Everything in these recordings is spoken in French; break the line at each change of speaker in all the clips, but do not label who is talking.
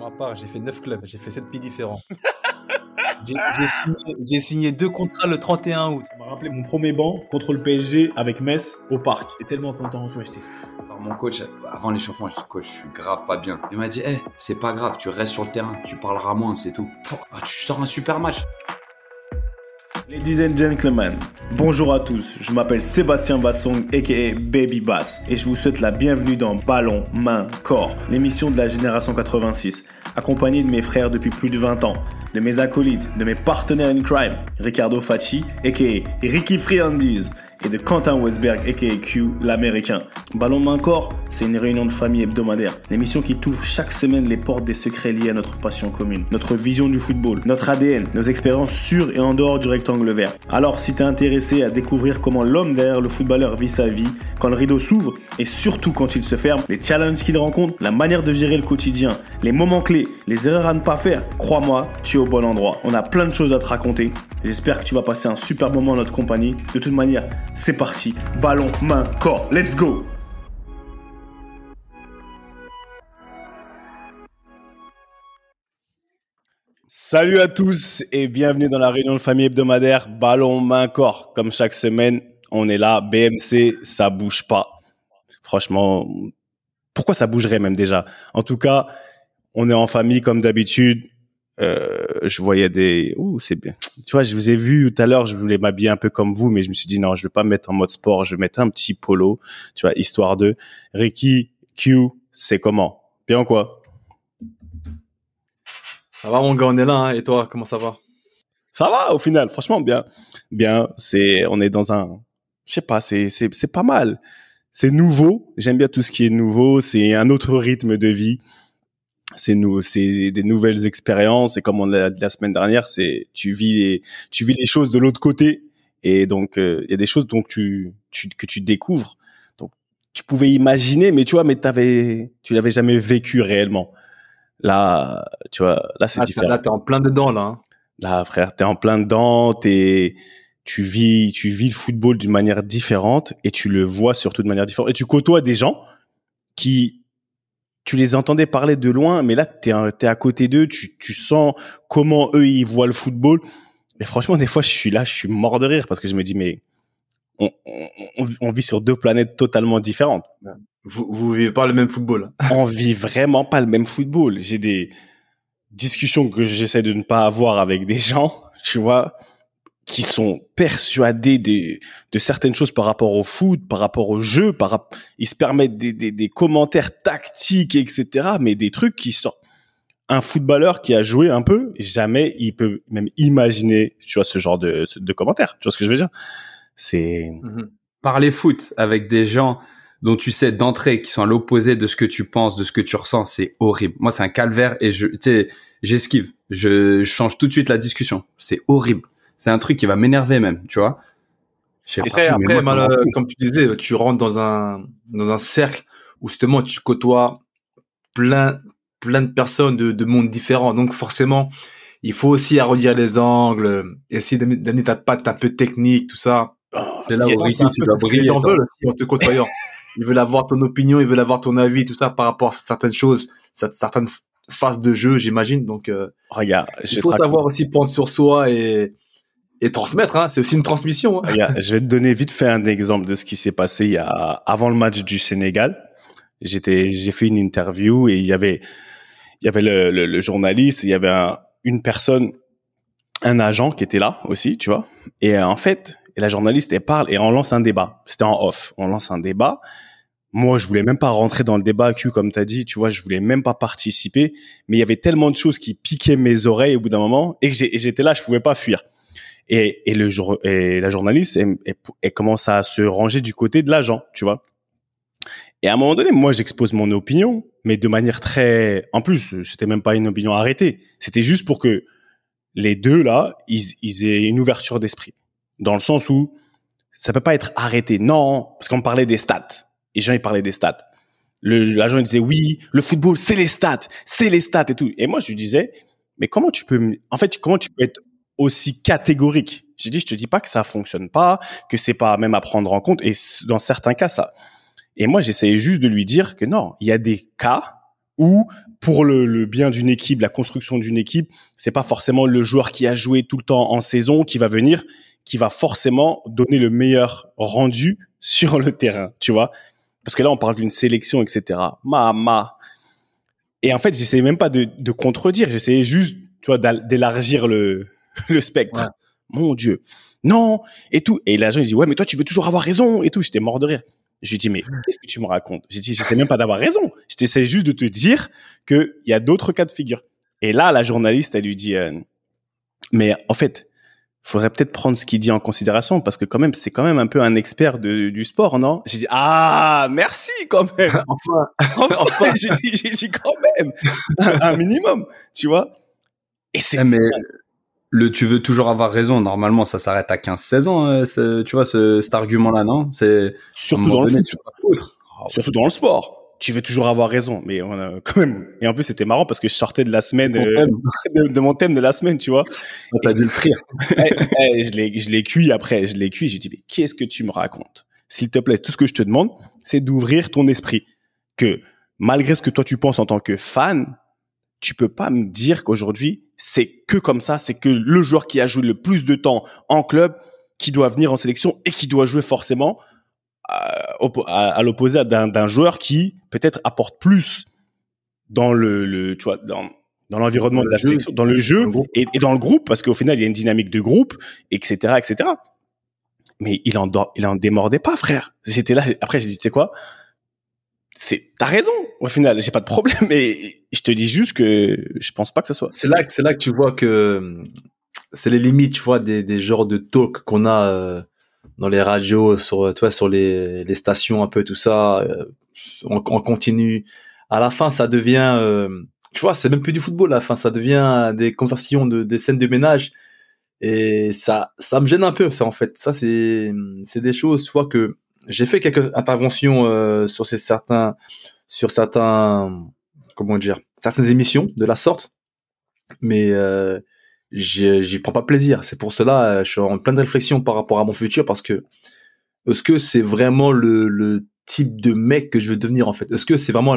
Moi, à part, j'ai fait 9 clubs, j'ai fait 7 pays différents. J'ai signé 2 contrats le 31 août.
Ça m'a rappelé mon premier banc contre le PSG avec Metz au parc. J'étais tellement content, tu vois, j'étais fou.
Alors mon coach, avant l'échauffement, je dis coach, je suis grave pas bien. Il m'a dit, c'est pas grave, tu restes sur le terrain, tu parleras moins, c'est tout. Tu sors un super match.
Ladies and gentlemen, bonjour à tous, je m'appelle Sébastien Bassong aka Baby Bass et je vous souhaite la bienvenue dans Ballon, Main, Corps, l'émission de la génération 86, accompagné de mes frères depuis plus de 20 ans, de mes acolytes, de mes partenaires in crime, Ricardo Facci aka Ricky Friandiz et de Quentin Westberg aka Q l'américain. Ballon, Main, Corps, c'est une réunion de famille hebdomadaire, l'émission qui t'ouvre chaque semaine les portes des secrets liés à notre passion commune, notre vision du football, notre ADN, nos expériences sur et en dehors du rectangle vert. Alors si t'es intéressé à découvrir comment l'homme derrière le footballeur vit sa vie, quand le rideau s'ouvre et surtout quand il se ferme, les challenges qu'il rencontre, la manière de gérer le quotidien, les moments clés, les erreurs à ne pas faire, crois-moi, tu es au bon endroit. On a plein de choses à te raconter. J'espère que tu vas passer un super moment en notre compagnie. De toute manière, c'est parti. Ballon, main, corps. Let's go! Salut à tous et bienvenue dans la réunion de famille hebdomadaire Ballon, Main, Corps. Comme chaque semaine, on est là. BMC, ça bouge pas. Franchement, pourquoi ça bougerait même déjà? En tout cas, on est en famille comme d'habitude. Je voyais c'est bien. Tu vois, je vous ai vu tout à l'heure, je voulais m'habiller un peu comme vous, mais je me suis dit non, je vais pas me mettre en mode sport, je vais mettre un petit polo, tu vois, histoire de. Ricky, Q, c'est comment? Bien ou quoi?
Ça va mon gars, on est là, hein. Et toi, comment ça va?
Ça va au final, franchement bien. Bien, on est dans je sais pas, c'est pas mal. C'est nouveau, j'aime bien tout ce qui est nouveau, c'est un autre rythme de vie. C'est des nouvelles expériences et comme on l'a dit la semaine dernière, tu vis les choses de l'autre côté et donc il y a des choses que tu découvres. Donc tu pouvais imaginer mais tu vois tu l'avais jamais vécu réellement. Là, tu vois, là c'est différent.
Là t'es en plein dedans là. Hein.
Là frère, t'es en plein dedans, tu vis le football d'une manière différente et tu le vois surtout de manière différente et tu côtoies des gens qui tu les entendais parler de loin, mais là, t'es à côté d'eux, tu sens comment eux, ils voient le football. Et franchement, des fois, je suis mort de rire parce que je me dis, mais on vit sur deux planètes totalement différentes.
Vous vivez pas le même football.
On vit vraiment pas le même football. J'ai des discussions que j'essaie de ne pas avoir avec des gens, tu vois, qui sont persuadés de certaines choses par rapport au foot, par rapport au jeu, ils se permettent des commentaires tactiques, etc. Mais des trucs qui sont, un footballeur qui a joué un peu, jamais il peut même imaginer, tu vois, ce genre de commentaires. Tu vois ce que je veux dire?
Parler foot avec des gens dont tu sais d'entrée qui sont à l'opposé de ce que tu penses, de ce que tu ressens, c'est horrible. Moi, c'est un calvaire et j'esquive. Je change tout de suite la discussion. C'est horrible. C'est un truc qui va m'énerver même, tu vois.
Après, comme tu disais, tu rentres dans un cercle où justement tu côtoies plein de personnes de mondes différents. Donc forcément, il faut aussi arrondir les angles, essayer d'amener ta patte un peu technique, tout ça.
C'est là où Ricky, tu dois briller.
Ils t'en veulent aussi en te côtoyant. Ils veulent avoir ton opinion, ils veulent avoir ton avis, tout ça par rapport à certaines choses, certaines phases de jeu, j'imagine. Donc,
regarde,
il faut savoir aussi prendre sur soi et transmettre, hein. C'est aussi une transmission. Hein.
Regarde, je vais te donner vite fait un exemple de ce qui s'est passé avant le match du Sénégal. J'ai fait une interview et il y avait le journaliste, il y avait une personne, un agent qui était là aussi, tu vois. Et en fait, la journaliste, elle parle et on lance un débat. C'était en off. On lance un débat. Moi, je voulais même pas rentrer dans le débat, Q, comme t'as dit, tu vois, je voulais même pas participer. Mais il y avait tellement de choses qui piquaient mes oreilles au bout d'un moment et que j'étais là, je pouvais pas fuir. Et la journaliste, elle commence à se ranger du côté de l'agent, tu vois. Et à un moment donné, moi, j'expose mon opinion, mais de manière en plus, c'était même pas une opinion arrêtée. C'était juste pour que les deux, là, ils aient une ouverture d'esprit. Dans le sens où ça peut pas être arrêté. Non, parce qu'on parlait des stats. Les gens, ils parlaient des stats. L'agent, il disait, oui, le football, c'est les stats et tout. Et moi, je lui disais, mais comment tu peux être aussi catégorique? J'ai dit, je te dis pas que ça fonctionne pas, que c'est pas même à prendre en compte. Et dans certains cas, ça. Et moi, j'essayais juste de lui dire que non, il y a des cas où pour le bien d'une équipe, la construction d'une équipe, c'est pas forcément le joueur qui a joué tout le temps en saison qui va venir, qui va forcément donner le meilleur rendu sur le terrain, tu vois. Parce que là, on parle d'une sélection, etc. Et en fait, j'essayais même pas de contredire, j'essayais juste, tu vois, d'élargir le spectre. Ouais. Mon Dieu. Non, et tout. Et l'agent, il dit, ouais, mais toi, tu veux toujours avoir raison, et tout. J'étais mort de rire. Je lui dis, mais qu'est-ce que tu me racontes? J'ai dit, j'essaie même pas d'avoir raison. J'essaie juste de te dire qu'il y a d'autres cas de figure. Et là, la journaliste, elle lui dit, mais en fait, faudrait peut-être prendre ce qu'il dit en considération parce que quand même, c'est quand même un peu un expert du sport, non? J'ai dit, ah, merci quand même. enfin. J'ai dit quand même un minimum, tu vois?
Et c'est mais tu veux toujours avoir raison. Normalement, ça s'arrête à 15-16 ans, tu vois, cet argument-là, non? C'est
surtout dans le foot. Surtout dans le sport. Tu veux toujours avoir raison, mais on a quand même. Et en plus, c'était marrant parce que je sortais de la semaine de mon thème de la semaine, tu vois.
T'as dû le frire.
Je l'ai cuit après. Je l'ai cuit. J'ai dit, mais qu'est-ce que tu me racontes? S'il te plaît, tout ce que je te demande, c'est d'ouvrir ton esprit. Que malgré ce que toi tu penses en tant que fan, tu peux pas me dire qu'aujourd'hui c'est que comme ça, c'est que le joueur qui a joué le plus de temps en club qui doit venir en sélection et qui doit jouer forcément à l'opposé d'un joueur qui peut-être apporte plus dans tu vois, dans l'environnement de la sélection, dans le jeu et dans le groupe, parce qu'au final il y a une dynamique de groupe, etc., etc. Mais il en démordait pas, frère. J'étais là. Après j'ai dit, tu sais quoi? T'as raison. Au final, j'ai pas de problème, mais je te dis juste que je pense pas que ça soit.
C'est là que tu vois que c'est les limites, tu vois, des genres de talk qu'on a dans les radios, sur les stations, un peu tout ça, on continue. À la fin, ça devient, tu vois, c'est même plus du football. À la fin, ça devient des conversations des scènes de ménage, et ça me gêne un peu. Ça, en fait, ça c'est des choses, tu vois, que j'ai fait quelques interventions sur certaines comment dire, certaines émissions de la sorte, mais j'y prends pas plaisir. C'est pour cela je suis en pleine réflexion par rapport à mon futur, parce que est-ce que c'est vraiment le type de mec que je veux devenir, en fait? Est-ce que c'est vraiment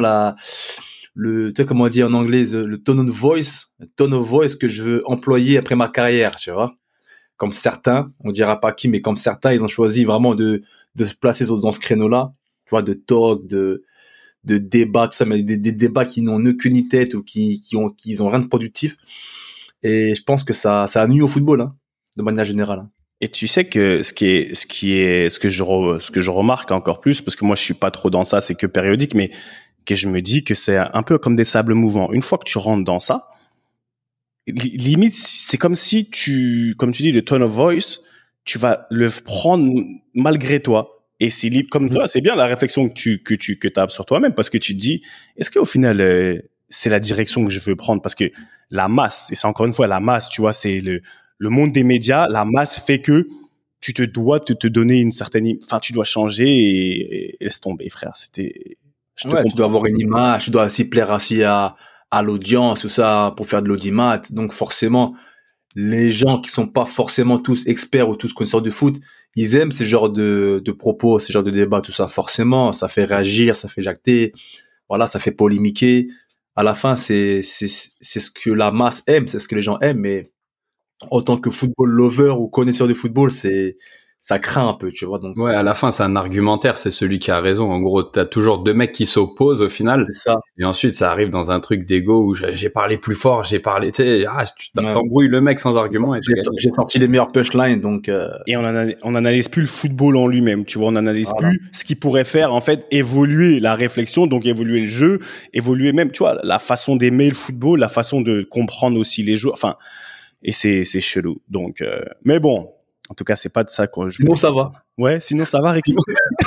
tu sais comment on dit en anglais, le tone of voice que je veux employer après ma carrière, tu vois? Comme certains, on dira pas qui, mais comme certains, ils ont choisi vraiment de se placer dans ce créneau-là, tu vois, de talk, de débat, tout ça, mais des débats qui n'ont aucune ni tête ou qui ont rien de productif. Et je pense que ça nuit au football, hein, de manière générale.
Et tu sais que ce que je remarque encore plus, parce que moi je suis pas trop dans ça, c'est que périodique, mais que je me dis que c'est un peu comme des sables mouvants. Une fois que tu rentres dans ça, limite, c'est comme si comme tu dis, le tone of voice, tu vas le prendre malgré toi. Et c'est libre comme toi, c'est bien la réflexion que t'as sur toi-même, parce que tu te dis, est-ce qu'au final, c'est la direction que je veux prendre? Parce que la masse, et c'est encore une fois la masse, tu vois, c'est le monde des médias, la masse fait que tu te dois te donner une certaine, enfin, tu dois changer et laisse tomber, frère. Tu
dois avoir une image, tu dois aussi plaire aussi à l'audience, tout ça, pour faire de l'audimat. Donc, forcément, les gens qui sont pas forcément tous experts ou tous connaisseurs du foot, ils aiment ce genre de propos, ce genre de débat, tout ça. Forcément, ça fait réagir, ça fait jacter. Voilà, ça fait polémiquer. À la fin, c'est ce que la masse aime, c'est ce que les gens aiment, mais en tant que football lover ou connaisseur du football, ça craint un peu, tu vois. Donc
ouais, à la fin, c'est un argumentaire, c'est celui qui a raison. En gros, t'as toujours deux mecs qui s'opposent au final.
C'est ça.
Et ensuite, ça arrive dans un truc d'ego où j'ai parlé plus fort, tu sais, tu t'embrouilles le mec sans argument. Et
j'ai sorti les meilleurs punchlines, donc.
Et on analyse plus le football en lui-même, tu vois. On analyse plus ce qui pourrait faire en fait évoluer la réflexion, donc évoluer le jeu, évoluer même, tu vois, la façon d'aimer le football, la façon de comprendre aussi les joueurs. Enfin, et c'est chelou. Donc, mais bon. En tout cas, c'est pas de ça qu'on.
Sinon, ça va.
Ouais, sinon ça va, Ricky.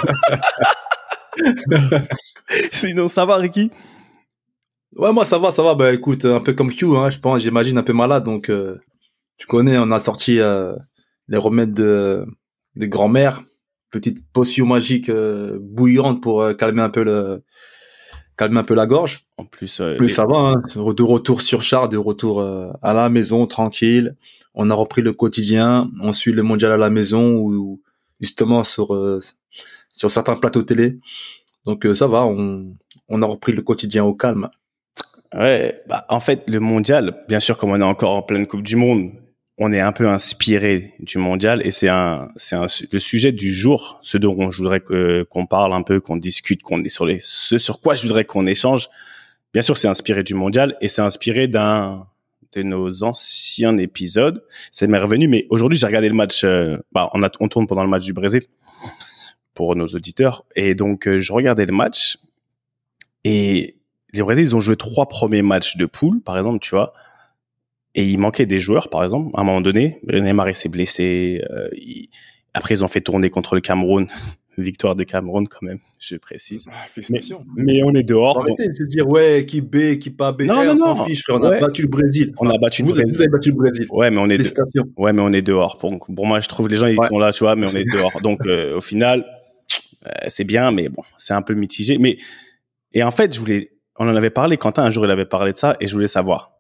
Sinon ça va, Ricky.
Ouais, moi ça va. Bah écoute, un peu comme Q, hein, j'imagine un peu malade, donc tu connais, on a sorti les remèdes de grand-mère, petite potion magique bouillante pour calmer un peu la gorge.
En plus,
plus ça va, hein, de retour sur char, de retour à la maison tranquille. On a repris le quotidien, on suit le mondial à la maison ou justement sur certains plateaux télé. Donc ça va, on a repris le quotidien au calme.
Ouais, bah, en fait, le mondial, bien sûr, comme on est encore en pleine Coupe du Monde, on est un peu inspiré du mondial et c'est le sujet du jour, ce dont je voudrais qu'on parle un peu, qu'on discute, qu'on est ce sur quoi je voudrais qu'on échange. Bien sûr, c'est inspiré du mondial et c'est inspiré d'un de nos anciens épisodes. Ça m'est revenu, mais aujourd'hui, j'ai regardé le match, on tourne pendant le match du Brésil pour nos auditeurs et donc, je regardais le match et les Brésiliens, ils ont joué 3 premiers matchs de poule, par exemple, tu vois. Et il manquait des joueurs, par exemple. À un moment donné, Neymar s'est blessé. Après, ils ont fait tourner contre le Cameroun. Victoire de Cameroun, quand même, je précise. Mais on est dehors.
Arrêtez de se dire, ouais, équipe B, équipe pas B.
Non,
on s'en fiche, frère. On a battu le Brésil.
On a battu le Brésil.
Vous avez battu le Brésil.
Ouais, mais on est dehors. Pour moi, je trouve les gens, ils sont là, tu vois, mais on est dehors. Donc, au final, c'est bien, mais bon, c'est un peu mitigé. Et en fait, on en avait parlé, Quentin, un jour, il avait parlé de ça, et je voulais savoir,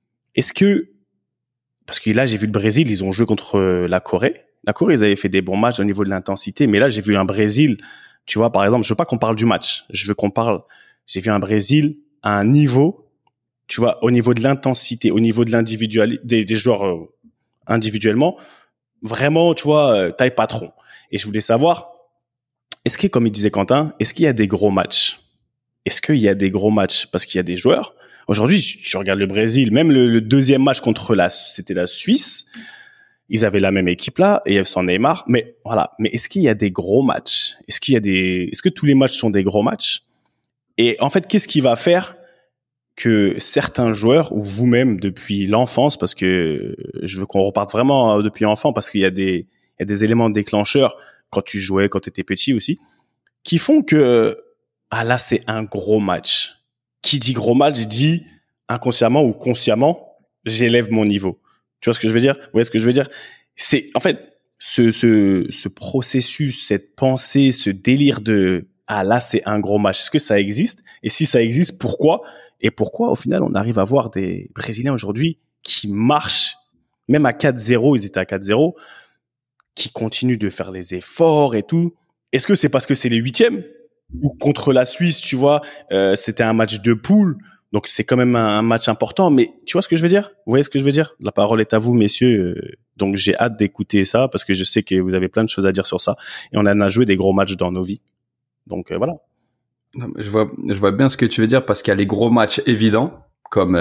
parce que là, j'ai vu le Brésil, ils ont joué contre la Corée. La Corée, ils avaient fait des bons matchs au niveau de l'intensité, mais là, j'ai vu un Brésil, tu vois, par exemple, je veux pas qu'on parle du match, j'ai vu un Brésil à un niveau, tu vois, au niveau de l'intensité, au niveau de l'individualité, des joueurs individuellement, vraiment, tu vois, taille patron. Et je voulais savoir, est-ce que, comme il disait Quentin, est-ce qu'il y a des gros matchs? Est-ce qu'il y a des gros matchs parce qu'il y a des joueurs? Aujourd'hui, je regarde le Brésil, même le deuxième match c'était la Suisse. Ils avaient la même équipe là, et sans Neymar. Mais voilà. Mais est-ce qu'il y a des gros matchs? Est-ce que tous les matchs sont des gros matchs? Et en fait, qu'est-ce qui va faire que certains joueurs, ou vous-même depuis l'enfance, parce que je veux qu'on reparte vraiment depuis enfant, parce qu'il y a des éléments déclencheurs quand tu jouais, quand tu étais petit aussi, qui font que là, c'est un gros match. Qui dit gros match dit inconsciemment ou consciemment, j'élève mon niveau. Tu vois ce que je veux dire? Vous voyez ce que je veux dire? C'est, en fait, ce processus, cette pensée, ce délire de, là, c'est un gros match. Est-ce que ça existe? Et si ça existe, pourquoi? Et pourquoi, au final, on arrive à voir des Brésiliens aujourd'hui qui marchent, même à 4-0, ils étaient à 4-0, qui continuent de faire les efforts et tout. Est-ce que c'est parce que c'est les 8e? Ou contre la Suisse, tu vois, c'était un match de poule, donc c'est quand même un match important. Mais tu vois ce que je veux dire? Vous voyez ce que je veux dire? La parole est à vous, messieurs. Donc j'ai hâte d'écouter ça parce que je sais que vous avez plein de choses à dire sur ça. Et on en a joué des gros matchs dans nos vies. Donc voilà.
Je vois bien ce que tu veux dire parce qu'il y a les gros matchs évidents comme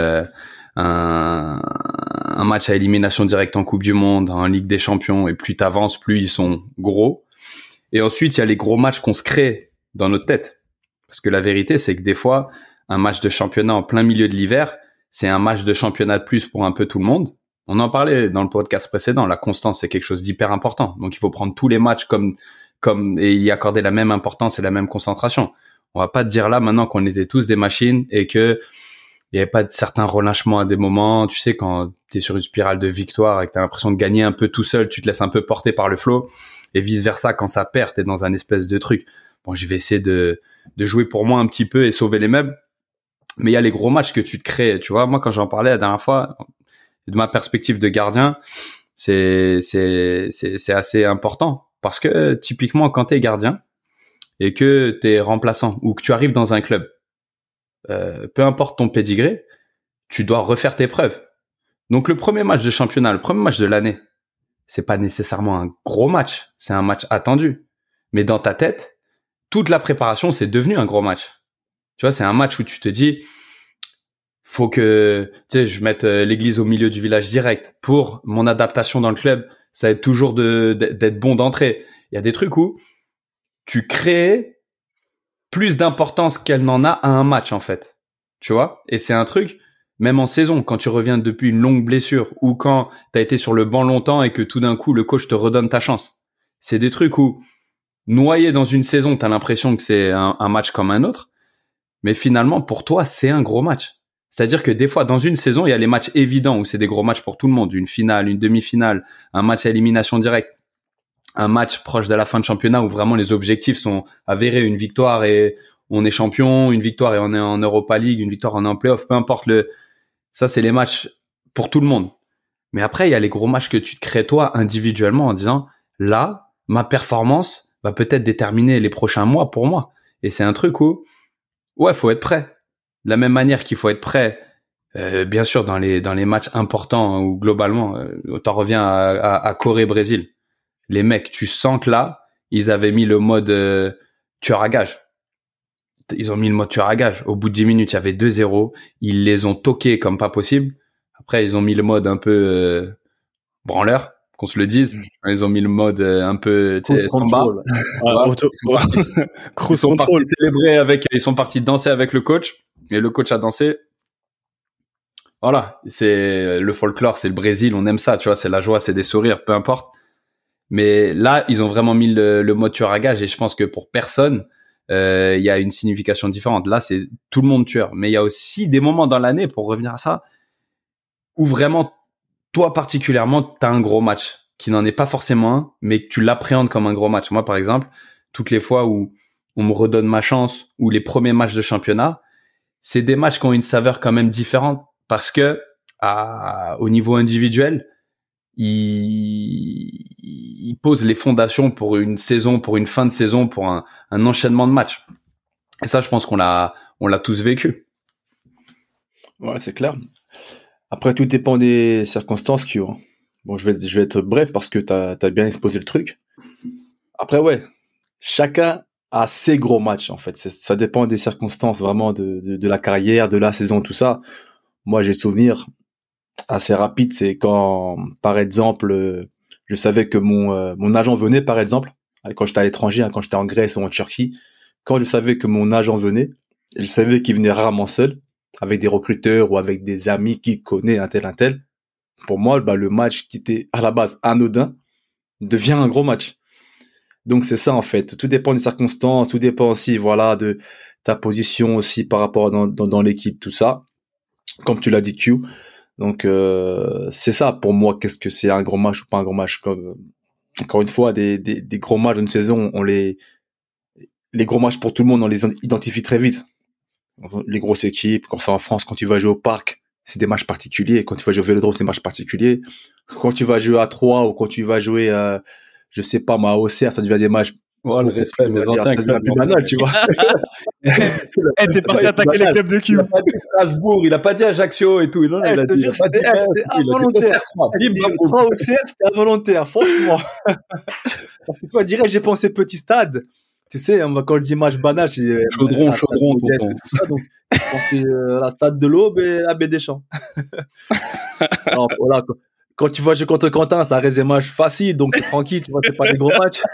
un match à élimination directe en Coupe du Monde, en Ligue des Champions. Et plus t'avances, plus ils sont gros. Et ensuite, il y a les gros matchs qu'on se crée dans notre tête. Parce que la vérité, c'est que des fois, un match de championnat en plein milieu de l'hiver, c'est un match de championnat de plus pour un peu tout le monde. On en parlait dans le podcast précédent. La constance, c'est quelque chose d'hyper important. Donc, il faut prendre tous les matchs comme et y accorder la même importance et la même concentration. On va pas te dire là, maintenant qu'on était tous des machines et que il y avait pas de certains relâchements à des moments. Tu sais, quand t'es sur une spirale de victoire et que t'as l'impression de gagner un peu tout seul, tu te laisses un peu porter par le flow. Et vice versa, quand ça perd, t'es dans un espèce de truc. Bon, je vais essayer de jouer pour moi un petit peu et sauver les meubles. Mais il y a les gros matchs que tu te crées. Tu vois, moi, quand j'en parlais la dernière fois, de ma perspective de gardien, c'est assez important. Parce que, typiquement, quand t'es gardien et que t'es remplaçant ou que tu arrives dans un club, peu importe ton pédigré, tu dois refaire tes preuves. Donc, le premier match de championnat, le premier match de l'année, c'est pas nécessairement un gros match. C'est un match attendu. Mais dans ta tête, toute la préparation, c'est devenu un gros match. Tu vois, c'est un match où tu te dis, faut que, tu sais, je mette l'église au milieu du village direct. Pour mon adaptation dans le club, ça va être toujours d'être bon d'entrée. Il y a des trucs où tu crées plus d'importance qu'elle n'en a à un match, en fait. Tu vois? Et c'est un truc, même en saison, quand tu reviens depuis une longue blessure ou quand t'as été sur le banc longtemps et que tout d'un coup, le coach te redonne ta chance. C'est des trucs où, noyé dans une saison, t'as l'impression que c'est un match comme un autre. Mais finalement, pour toi, c'est un gros match. C'est-à-dire que des fois, dans une saison, il y a les matchs évidents où c'est des gros matchs pour tout le monde. Une finale, une demi-finale, un match à élimination directe, un match proche de la fin de championnat où vraiment les objectifs sont avérés. Une victoire et on est champion, une victoire et on est en Europa League, une victoire on est en play-off, peu importe ça c'est les matchs pour tout le monde. Mais après, il y a les gros matchs que tu te crées toi individuellement en disant, là, ma performance va peut-être déterminer les prochains mois pour moi. Et c'est un truc où, ouais, faut être prêt. De la même manière qu'il faut être prêt, bien sûr, dans les matchs importants ou globalement, t'en reviens à Corée-Brésil. Les mecs, tu sens que là, ils avaient mis le mode tueur à gage. Ils ont mis le mode tueur à gage. Au bout de 10 minutes, il y avait 2-0. Ils les ont toqués comme pas possible. Après, ils ont mis le mode un peu branleur, qu'on se le dise. Ils ont mis le mode un peu samba. Ils sont partis célébrer ils sont partis danser avec le coach. Et le coach a dansé. Voilà, c'est le folklore, c'est le Brésil, on aime ça, tu vois, c'est la joie, c'est des sourires, peu importe. Mais là, ils ont vraiment mis le mode tueur à gage et je pense que pour personne, il y a une signification différente. Là, c'est tout le monde tueur. Mais il y a aussi des moments dans l'année, pour revenir à ça, où vraiment, toi particulièrement, t'as un gros match qui n'en est pas forcément un, mais que tu l'appréhendes comme un gros match. Moi, par exemple, toutes les fois où on me redonne ma chance, ou les premiers matchs de championnat, c'est des matchs qui ont une saveur quand même différente parce que au niveau individuel, il pose les fondations pour une saison, pour une fin de saison, pour un enchaînement de matchs. Et ça, je pense qu'on l'a tous vécu.
Ouais, c'est clair. Après, tout dépend des circonstances qui ont. Bon, je vais être bref parce que t'as bien exposé le truc. Après, ouais, chacun a ses gros matchs, en fait. Ça dépend des circonstances, vraiment, de la carrière, de la saison, tout ça. Moi, j'ai souvenir assez rapide, c'est quand, par exemple, je savais que mon agent venait, par exemple, quand j'étais à l'étranger, quand j'étais en Grèce ou en Turquie, quand je savais que mon agent venait, je savais qu'il venait rarement seul, avec des recruteurs ou avec des amis qui connaissent un tel. Pour moi, le match qui était à la base anodin devient un gros match. Donc c'est ça en fait. Tout dépend des circonstances, tout dépend aussi, voilà, de ta position aussi par rapport dans l'équipe, tout ça. Comme tu l'as dit, Q. Donc c'est ça pour moi. Qu'est-ce que c'est un gros match ou pas un gros match? Encore une fois, des gros matchs d'une saison, les gros matchs pour tout le monde, on les identifie très vite. Les grosses équipes, quand c'est en France, quand tu vas jouer au parc, c'est des matchs particuliers. Quand tu vas jouer au Vélodrome, c'est des matchs particuliers. Quand tu vas jouer à 3 ou quand tu vas jouer, je sais pas, à Auxerre, ça devient des matchs.
Oh, le respect, mes anciens clubs.
Plus banal, tu vois.
T'es parti attaquer les clubs de Q.
Il a pas dit Strasbourg, il a pas dit Ajaccio et tout. Non, il a dit,
c'était involontaire. Auxerre, c'était involontaire, franchement. Parce que toi, direct, j'ai pensé petit stade. Tu sais, quand je dis match banal, c'est
chaudron,
tout ça. Donc, je pensais la stade de l'Aube et la baie des Champs. Alors, voilà, quand tu vas jouer contre Quentin, ça reste des matchs faciles, donc tranquille, tu vois, c'est pas des gros matchs.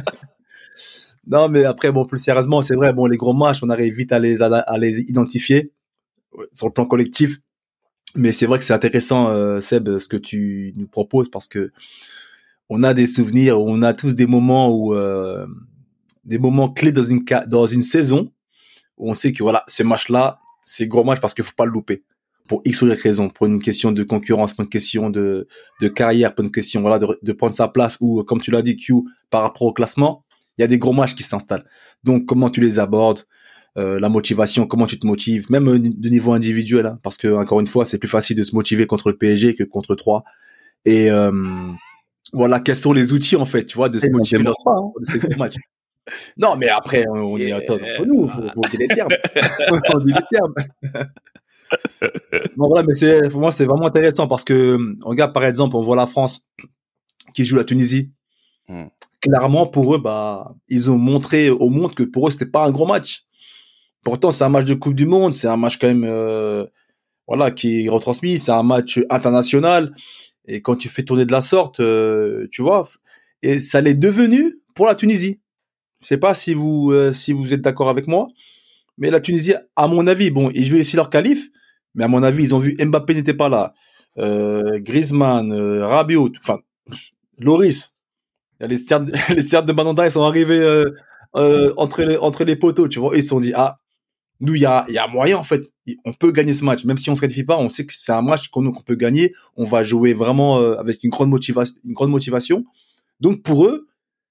Non, mais après, bon, plus sérieusement, c'est vrai, bon, les gros matchs, on arrive vite à les identifier sur le plan collectif. Mais c'est vrai que c'est intéressant, Seb, ce que tu nous proposes, parce que on a des souvenirs, on a tous des moments où des moments clés dans une saison où on sait que voilà, ce match-là, c'est gros match parce qu'il faut pas le louper. Pour X ou Y raison, pour une question de concurrence, pour une question de carrière, pour une question voilà de prendre sa place ou comme tu l'as dit Q par rapport au classement, il y a des gros matchs qui s'installent. Donc comment tu les abordes, la motivation, comment tu te motives, même de niveau individuel, hein, parce que encore une fois, c'est plus facile de se motiver contre le PSG que contre 3. Et voilà, quels sont les outils en fait, tu vois, de se motiver dans ces gros matchs. Non, mais après, on est entre nous, faut dire les termes. On dit les termes. Bon, voilà, mais pour moi, c'est vraiment intéressant parce que, regarde, par exemple, on voit la France qui joue la Tunisie. Clairement, pour eux, ils ont montré au monde que pour eux, c'était pas un gros match. Pourtant, c'est un match de Coupe du Monde, c'est un match quand même, voilà, qui est retransmis, c'est un match international. Et quand tu fais tourner de la sorte, tu vois, et ça l'est devenu pour la Tunisie. Je sais pas si vous êtes d'accord avec moi, mais la Tunisie, à mon avis, bon, ils jouaient aussi leur qualif, mais à mon avis, ils ont vu Mbappé n'était pas là, Griezmann, Rabiot, enfin, Loris, les certes de Mandanda, ils sont arrivés entre les poteaux, tu vois, et ils se sont dit nous, il y a moyen en fait, on peut gagner ce match, même si on se qualifie pas, on sait que c'est un match qu'on peut gagner, on va jouer vraiment avec une grande motivation. Donc pour eux,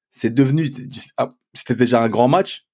c'était déjà un gros match,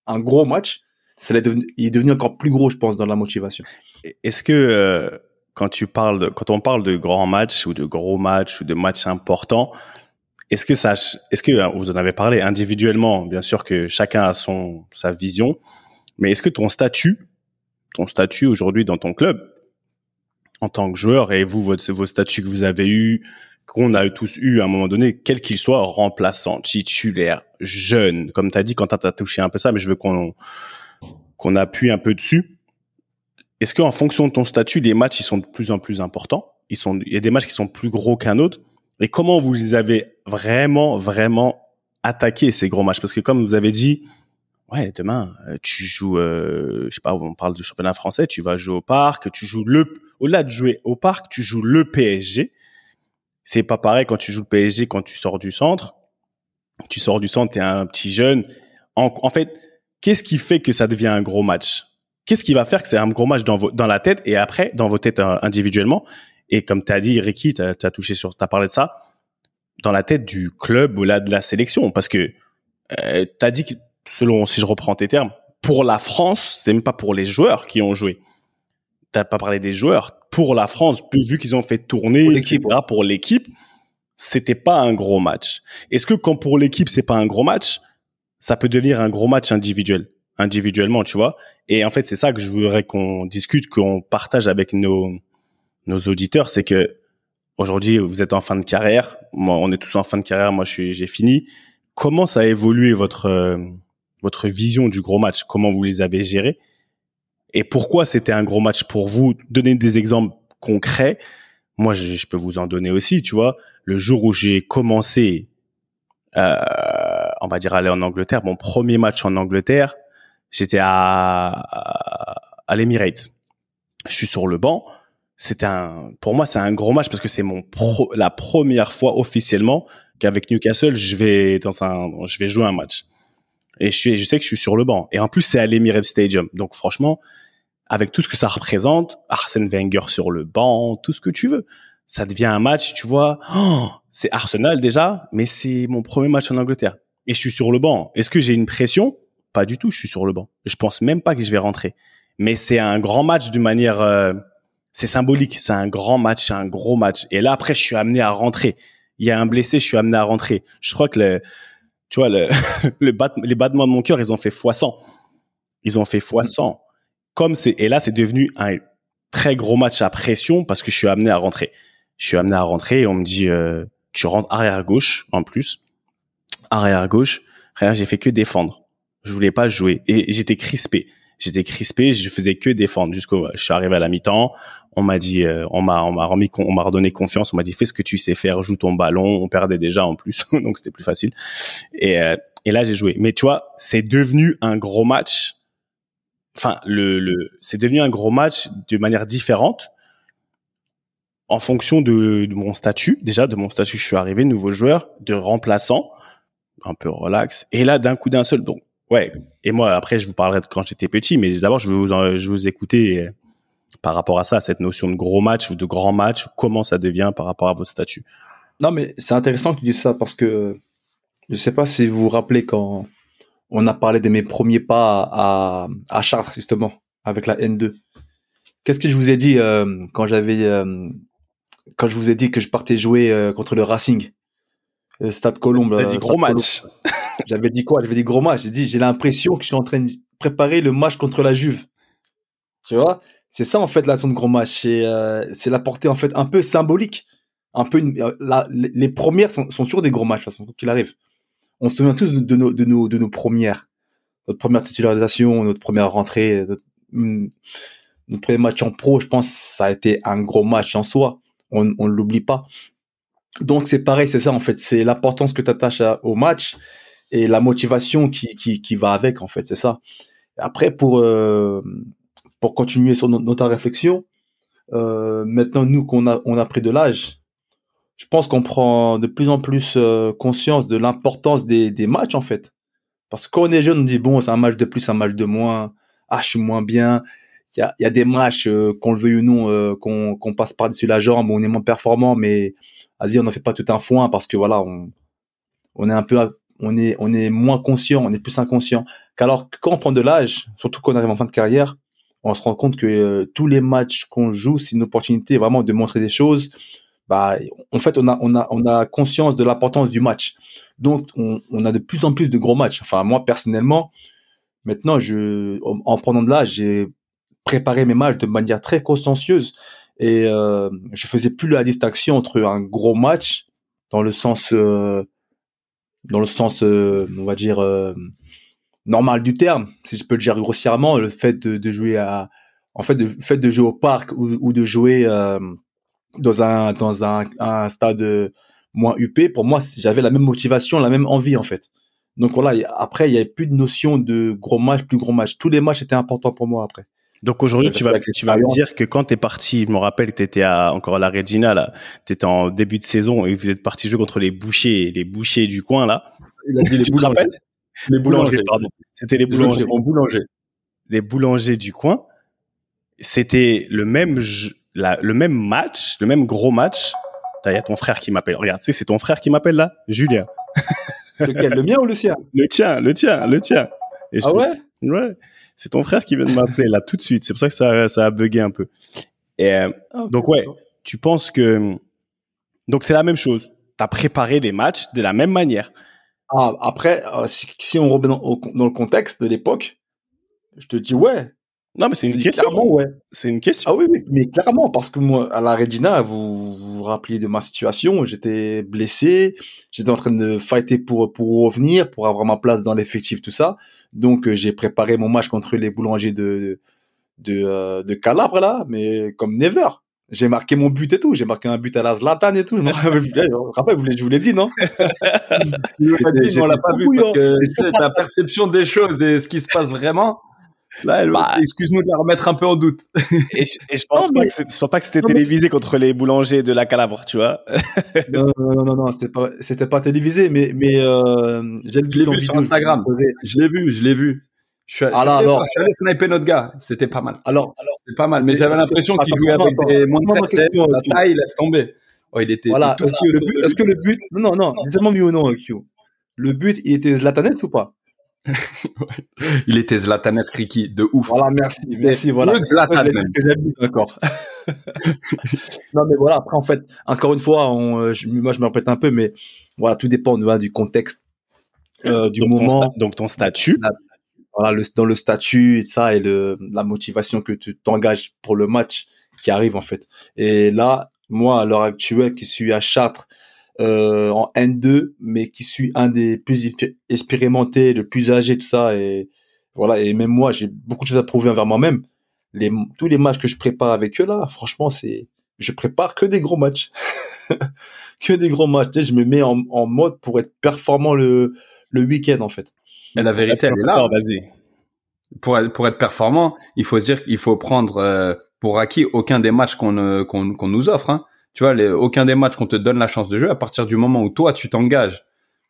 il est devenu encore plus gros, je pense, dans la motivation.
Est-ce que quand on parle de grands matchs ou de gros matchs ou de matchs importants, est-ce que vous en avez parlé individuellement, bien sûr que chacun a sa vision, mais est-ce que ton statut ton statut aujourd'hui dans ton club en tant que joueur et vos statuts que vous avez eu, qu'on a tous eu à un moment donné, quel qu'il soit, remplaçant, titulaire, jeune. Comme tu as dit, Quentin, tu as touché un peu ça, mais je veux qu'on appuie un peu dessus. Est-ce qu'en fonction de ton statut, les matchs, ils sont de plus en plus importants? Il y a des matchs qui sont plus gros qu'un autre. Et comment vous les avez vraiment, vraiment attaqués, ces gros matchs? Parce que comme vous avez dit, ouais, demain, tu joues, je sais pas, on parle du championnat français, tu vas jouer au parc, au-delà de jouer au parc, tu joues le PSG. C'est pas pareil quand tu joues le PSG, quand tu sors du centre. Tu sors du centre, t'es un petit jeune. En fait, qu'est-ce qui fait que ça devient un gros match? Qu'est-ce qui va faire que c'est un gros match dans la tête et après, dans vos têtes individuellement? Et comme tu as dit, Ricky, t'as parlé de ça, dans la tête du club ou là de la sélection. Parce que t'as dit que, selon, si je reprends tes termes, pour la France, c'est même pas pour les joueurs qui ont joué. T'as pas parlé des joueurs. Pour la France, vu qu'ils ont fait tourner, pour l'équipe, c'était pas un gros match. Est-ce que quand pour l'équipe, c'est pas un gros match, ça peut devenir un gros match individuellement, tu vois? Et en fait, c'est ça que je voudrais qu'on discute, qu'on partage avec nos auditeurs, c'est que aujourd'hui, vous êtes en fin de carrière. Moi, on est tous en fin de carrière. Moi, j'ai fini. Comment ça a évolué votre vision du gros match? Comment vous les avez gérés? Et pourquoi c'était un gros match pour vous? Donnez des exemples concrets. Moi, je peux vous en donner aussi, tu vois. Le jour où j'ai commencé, on va dire, aller en Angleterre, mon premier match en Angleterre, j'étais à l'Emirates. Je suis sur le banc. Pour moi, c'est un gros match parce que c'est la première fois officiellement qu'avec Newcastle, je vais jouer un match. Et je sais que je suis sur le banc. Et en plus, c'est à l'Emirates Stadium. Donc, franchement, avec tout ce que ça représente, Arsène Wenger sur le banc, tout ce que tu veux, ça devient un match, tu vois. C'est Arsenal déjà, mais c'est mon premier match en Angleterre. Et je suis sur le banc. Est-ce que j'ai une pression? Pas du tout, je suis sur le banc. Je pense même pas que je vais rentrer. Mais c'est un grand match d'une manière... c'est symbolique. C'est un grand match, c'est un gros match. Et là, après, je suis amené à rentrer. Il y a un blessé, je suis amené à rentrer. Je crois que tu vois, les battements de mon cœur, ils ont fait x100. Et là, c'est devenu un très gros match à pression parce que je suis amené à rentrer. Et on me dit, tu rentres arrière gauche, en plus. Arrière gauche. Rien, j'ai fait que défendre. Je voulais pas jouer. Et j'étais crispé, je faisais que défendre je suis arrivé à la mi-temps. On m'a dit, on m'a redonné confiance. On m'a dit, fais ce que tu sais faire, joue ton ballon. On perdait déjà en plus, donc c'était plus facile. Et là, j'ai joué. Mais tu vois, c'est devenu un gros match. Enfin, c'est devenu un gros match de manière différente en fonction de mon statut. Déjà, de mon statut, je suis arrivé, nouveau joueur, de remplaçant, un peu relax. Et là, d'un coup, d'un seul. Donc, ouais. Et moi, après, je vous parlerai de quand j'étais petit, mais d'abord, je vais vous écouter par rapport à ça, cette notion de gros match ou de grand match, comment ça devient par rapport à votre statut.
Non, mais c'est intéressant que tu dises ça parce que je sais pas si vous vous rappelez quand on a parlé de mes premiers pas à Chartres, justement, avec la N2. Qu'est-ce que je vous ai dit quand je vous ai dit que je partais jouer contre le Racing, Stade Colombe.
T'as dit gros match.
J'avais dit quoi? J'avais dit gros match. J'ai l'impression que je suis en train de préparer le match contre la Juve. Tu vois? C'est ça, en fait, la notion de gros match. C'est la portée, en fait, un peu symbolique. Un peu les premières sont sur des gros matchs, de toute façon, quoi qu'il arrive. On se souvient tous de nos premières. Notre première titularisation, notre première rentrée, notre premier match en pro, je pense, ça a été un gros match en soi. On ne l'oublie pas. Donc, c'est pareil, c'est ça, en fait. C'est l'importance que tu attaches au match et la motivation qui va avec, en fait. C'est ça. Après, pour continuer sur notre réflexion, maintenant, nous, on a pris de l'âge, je pense qu'on prend de plus en plus conscience de l'importance des matchs, en fait. Parce que quand on est jeune, on dit, bon, c'est un match de plus, un match de moins. Ah, je suis moins bien. Il y a des matchs, qu'on le veuille ou non, qu'on passe par-dessus la jambe, on est moins performant, mais vas-y, on n'en fait pas tout un foin parce que voilà, on est un peu, on est moins conscient, on est plus inconscient. Qu'alors, quand on prend de l'âge, surtout quand on arrive en fin de carrière, on se rend compte que tous les matchs qu'on joue, c'est une opportunité vraiment de montrer des choses. Bah, en fait, on a conscience de l'importance du match. Donc, on a de plus en plus de gros matchs. Enfin, moi, personnellement, maintenant, en prenant de l'âge, j'ai préparais mes matchs de manière très consciencieuse et je faisais plus la distinction entre un gros match dans le sens on va dire normal du terme, si je peux le dire grossièrement, le fait de jouer le fait de jouer au parc ou de jouer dans un stade moins huppé, pour moi j'avais la même motivation, la même envie en fait. Donc voilà, après il y avait plus de notion de gros match, plus gros match. Tous les matchs étaient importants pour moi après.
Donc aujourd'hui, tu vas me dire que quand t'es parti, je me rappelle que t'étais encore à la Regina, là. T'étais en début de saison et vous êtes parti jouer contre les bouchers du coin, là.
Il a dit les boulangers.
Les boulangers, pardon. C'était les boulangers. Les boulangers du coin. C'était le même match, le même gros match. Il y a ton frère qui m'appelle. Regarde, tu sais, c'est ton frère qui m'appelle là, Julien.
Lequel, le mien ou le sien?
Le tien. Et
ouais?
Ouais. C'est ton frère qui vient de m'appeler là tout de suite. C'est pour ça que ça a bugué un peu. Et donc ouais, tu penses que donc c'est la même chose. T'as préparé les matchs de la même manière.
Ah, après, si on remet dans le contexte de l'époque, je te dis ouais.
Non, mais c'est une question.
Clairement, ouais.
C'est une question.
Ah oui, mais clairement, parce que moi, à la Regina, vous vous rappelez de ma situation, j'étais blessé, j'étais en train de fighter pour revenir, pour avoir ma place dans l'effectif, tout ça. Donc, j'ai préparé mon match contre les boulangers de Calabre, là, mais comme never. J'ai marqué mon but et tout. J'ai marqué un but à la Zlatan et tout. Je me rappelle, je vous l'ai dit, non?
On l'a pas vu parce que ta perception des choses et ce qui se passe vraiment. Là, excuse-nous de la remettre un peu en doute.
Et je pense pas que c'était télévisé contre les boulangers de la Calabre, tu vois.
Non, c'était pas télévisé, mais j'ai
vu sur Instagram. Je l'ai vu. Je suis allé sniper notre gars. C'était pas mal.
Alors,
c'était pas mal. Mais j'avais l'impression qu'il jouait avec des moins de 4-7. La taille, laisse tomber. Oh, il était.
Voilà. Est-ce que le but, non, dis-moi oui ou non, Q. Le but, il était Zlatanesque ou pas?
Il était Zlatanesque, Ricky, de ouf.
Voilà, merci, voilà.
Zlatan même.
D'accord. Non, mais voilà, après, en fait, encore une fois, moi, je me répète un peu, mais voilà, tout dépend du contexte, du moment.
Donc, ton statut.
Voilà, dans le statut et ça, et la motivation que tu t'engages pour le match qui arrive, en fait. Et là, moi, à l'heure actuelle, qui suis à Chartres, en N2, mais qui suis un des plus expérimentés, le plus âgé, tout ça, et voilà. Et même moi, j'ai beaucoup de choses à prouver envers moi-même. Tous les matchs que je prépare avec eux là, franchement, je prépare que des gros matchs, que des gros matchs. Tu sais, je me mets en mode pour être performant le week-end, en fait.
Mais la vérité, elle est là. Vas-y. Pour être performant, il faut dire qu'il faut prendre pour acquis aucun des matchs qu'on nous offre, hein. Tu vois, aucun des matchs qu'on te donne la chance de jouer, à partir du moment où toi, tu t'engages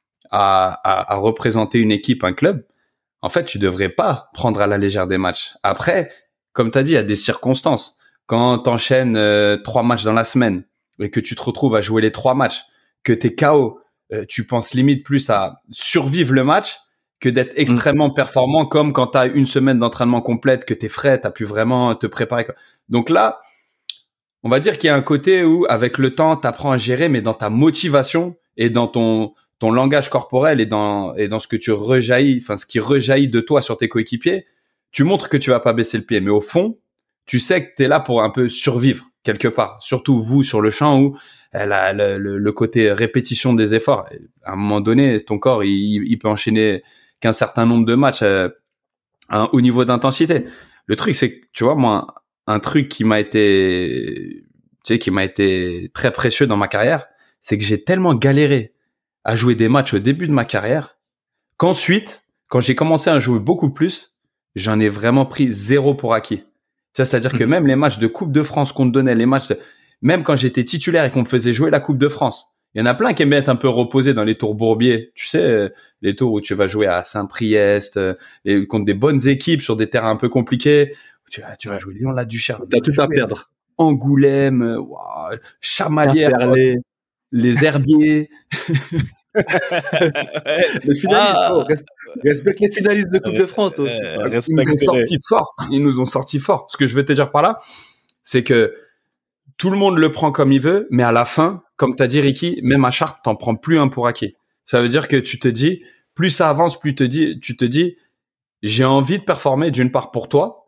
à représenter une équipe, un club, en fait, tu devrais pas prendre à la légère des matchs. Après, comme tu as dit, il y a des circonstances. Quand t'enchaînes 3 matchs dans la semaine et que tu te retrouves à jouer les 3 matchs, que t'es KO, tu penses limite plus à survivre le match que d'être extrêmement performant, comme quand t'as une semaine d'entraînement complète, que t'es frais, t'as pu vraiment te préparer. Donc là, on va dire qu'il y a un côté où, avec le temps, t'apprends à gérer, mais dans ta motivation et dans ton langage corporel et dans ce que tu rejaillis, enfin, ce qui rejaillit de toi sur tes coéquipiers, tu montres que tu vas pas baisser le pied. Mais au fond, tu sais que t'es là pour un peu survivre quelque part. Surtout vous sur le champ où le côté répétition des efforts. À un moment donné, ton corps, il peut enchaîner qu'un certain nombre de matchs à un haut niveau d'intensité. Le truc, c'est que, tu vois, moi, un truc qui m'a été très précieux dans ma carrière, c'est que j'ai tellement galéré à jouer des matchs au début de ma carrière qu'ensuite, quand j'ai commencé à jouer beaucoup plus, j'en ai vraiment pris 0 pour acquis. C'est-à-dire que même les matchs de Coupe de France qu'on te donnait, même quand j'étais titulaire et qu'on me faisait jouer la Coupe de France, il y en a plein qui aiment bien être un peu reposés dans les tours bourbiers. Tu sais, les tours où tu vas jouer à Saint-Priest, et contre des bonnes équipes sur des terrains un peu compliqués. Tu vas jouer Lyon-la-Duchère.
T'as tout à perdre.
Angoulême, Chamalières, les Herbiers.
Les finalistes, respecte les finalistes de Coupe de France, toi aussi.
Ils nous ont sorti fort. Ce que je veux te dire par là, c'est que tout le monde le prend comme il veut, mais à la fin, comme t'as dit, Ricky, même à Chartres, t'en prends plus un pour acquis. Ça veut dire que tu te dis, plus ça avance, plus tu te dis, j'ai envie de performer d'une part pour toi,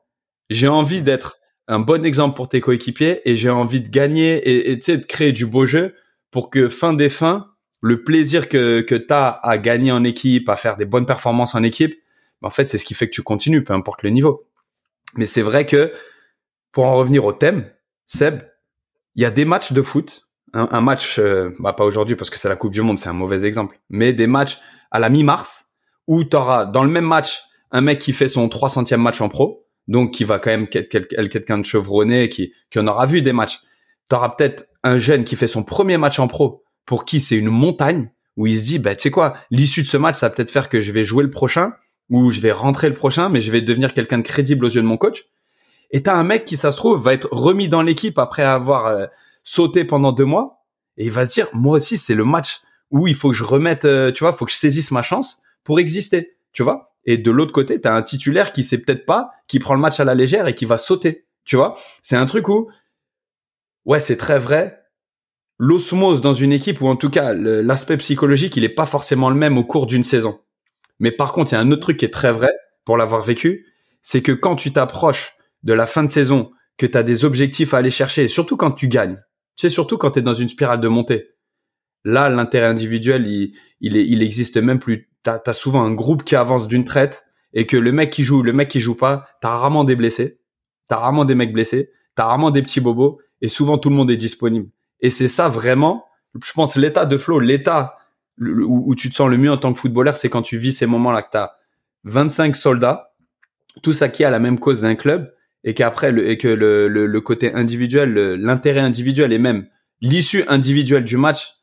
j'ai envie d'être un bon exemple pour tes coéquipiers et j'ai envie de gagner et tu sais, de créer du beau jeu pour que fin des fins, le plaisir que t'as à gagner en équipe, à faire des bonnes performances en équipe, en fait, c'est ce qui fait que tu continues, peu importe le niveau. Mais c'est vrai que, pour en revenir au thème, Seb, il y a des matchs de foot, un match, pas aujourd'hui parce que c'est la Coupe du Monde, c'est un mauvais exemple, mais des matchs à la mi-mars où t'auras dans le même match un mec qui fait son 300e match en pro, donc qui va quand même être quelqu'un de chevronné, qui en aura vu des matchs. T'auras peut-être un jeune qui fait son premier match en pro, pour qui c'est une montagne, où il se dit, tu sais quoi, l'issue de ce match, ça va peut-être faire que je vais jouer le prochain, ou je vais rentrer le prochain, mais je vais devenir quelqu'un de crédible aux yeux de mon coach. Et t'as un mec qui, ça se trouve, va être remis dans l'équipe après avoir sauté pendant 2 mois, et il va se dire, moi aussi, c'est le match où il faut que je remette, tu vois, faut que je saisisse ma chance pour exister, tu vois. Et de l'autre côté, t'as un titulaire qui sait peut-être pas, qui prend le match à la légère et qui va sauter, tu vois. C'est un truc où, ouais, c'est très vrai. L'osmose dans une équipe, ou en tout cas, l'aspect psychologique, il est pas forcément le même au cours d'une saison. Mais par contre, il y a un autre truc qui est très vrai, pour l'avoir vécu, c'est que quand tu t'approches de la fin de saison, que tu as des objectifs à aller chercher, et surtout quand tu gagnes, tu sais, surtout quand tu es dans une spirale de montée, là, l'intérêt individuel, il existe même plus. T'as souvent un groupe qui avance d'une traite, et que le mec qui joue pas, t'as rarement des blessés, t'as rarement des mecs blessés, t'as rarement des petits bobos, et souvent tout le monde est disponible. Et c'est ça vraiment, je pense, l'état de flow, l'état où tu te sens le mieux en tant que footballeur, c'est quand tu vis ces moments-là, que t'as 25 soldats, tous acquis à la même cause d'un club, et qu'après, le côté individuel, l'intérêt individuel et même l'issue individuelle du match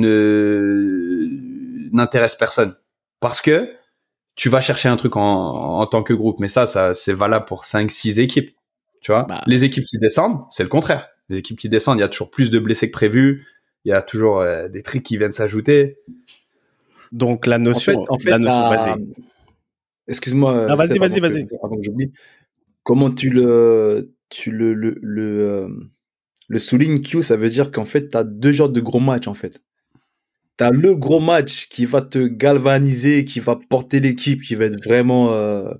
n'intéresse personne. Parce que tu vas chercher un truc en tant que groupe. Mais ça, c'est valable pour 5-6 équipes. Tu vois, les équipes qui descendent, c'est le contraire. Les équipes qui descendent, il y a toujours plus de blessés que prévu. Il y a toujours des trucs qui viennent s'ajouter.
Donc, la notion...
vas-y. Excuse-moi.
Non, vas-y.
Avant que j'oublie. Comment tu le soulignes, Q, ça veut dire qu'en fait, tu as 2 genres de gros matchs, en fait. Tu as le gros match qui va te galvaniser, qui va porter l'équipe, qui va être vraiment,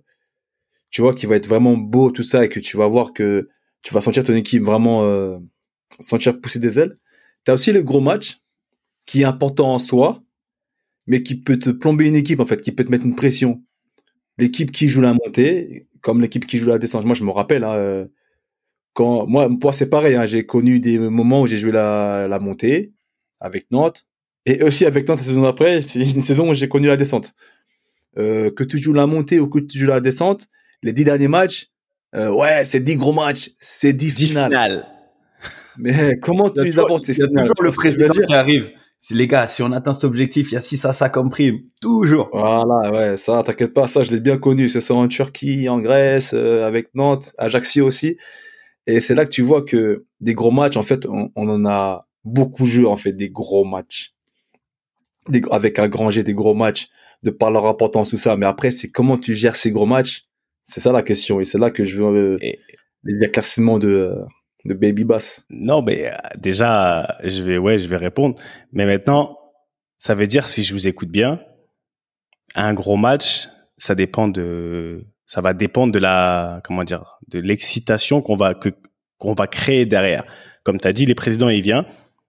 tu vois, qui va être vraiment beau, tout ça, et que tu vas voir que tu vas sentir ton équipe vraiment sentir pousser des ailes. Tu as aussi le gros match qui est important en soi, mais qui peut te plomber une équipe, en fait, qui peut te mettre une pression. L'équipe qui joue la montée, comme l'équipe qui joue la descente. Moi, je me rappelle, quand moi c'est pareil, j'ai connu des moments où j'ai joué la montée avec Nantes, et aussi avec Nantes la saison d'après, c'est une saison où j'ai connu la descente. Que tu joues la montée ou que tu joues la descente, les 10 derniers matchs, ouais, c'est 10 gros matchs, c'est 10 finales. Mais comment tu les abordes ces finales?
Il y a toujours le président qui arrive. Les gars, si on atteint cet objectif, il y a 6 à ça comme prime. Toujours.
Voilà, ouais, ça, t'inquiète pas, ça, je l'ai bien connu. Ce soit en Turquie, en Grèce, avec Nantes, Ajaccio aussi. Et c'est là que tu vois que des gros matchs, en fait, on en a beaucoup joué, en fait, des gros matchs. Avec un grand G, des gros matchs, de par leur importance, tout ça. Mais après, c'est comment tu gères ces gros matchs. C'est ça la question. Et c'est là que je veux les éclaircissements de Baby Bass.
Non, mais déjà, je vais répondre. Mais maintenant, ça veut dire, si je vous écoute bien, un gros match, ça va dépendre de de l'excitation qu'on va créer derrière. Comme tu as dit, le président, il vient,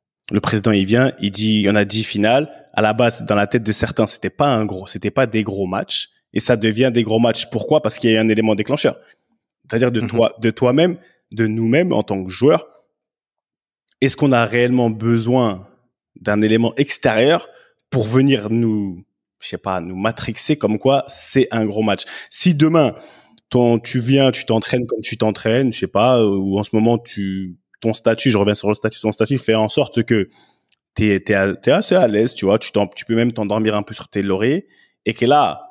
il dit, il y en a 10 finales. À la base, dans la tête de certains, c'était pas des gros matchs. Et ça devient des gros matchs. Pourquoi? Parce qu'il y a un élément déclencheur. C'est-à-dire de toi-même, de nous-mêmes en tant que joueurs. Est-ce qu'on a réellement besoin d'un élément extérieur pour venir nous matrixer comme quoi c'est un gros match? Si demain, tu viens, tu t'entraînes comme tu t'entraînes, je sais pas, ou en ce moment, ton statut, je reviens sur le statut, ton statut fait en sorte que t'es assez à l'aise, tu vois, tu peux même t'endormir un peu sur tes lauriers, et que là,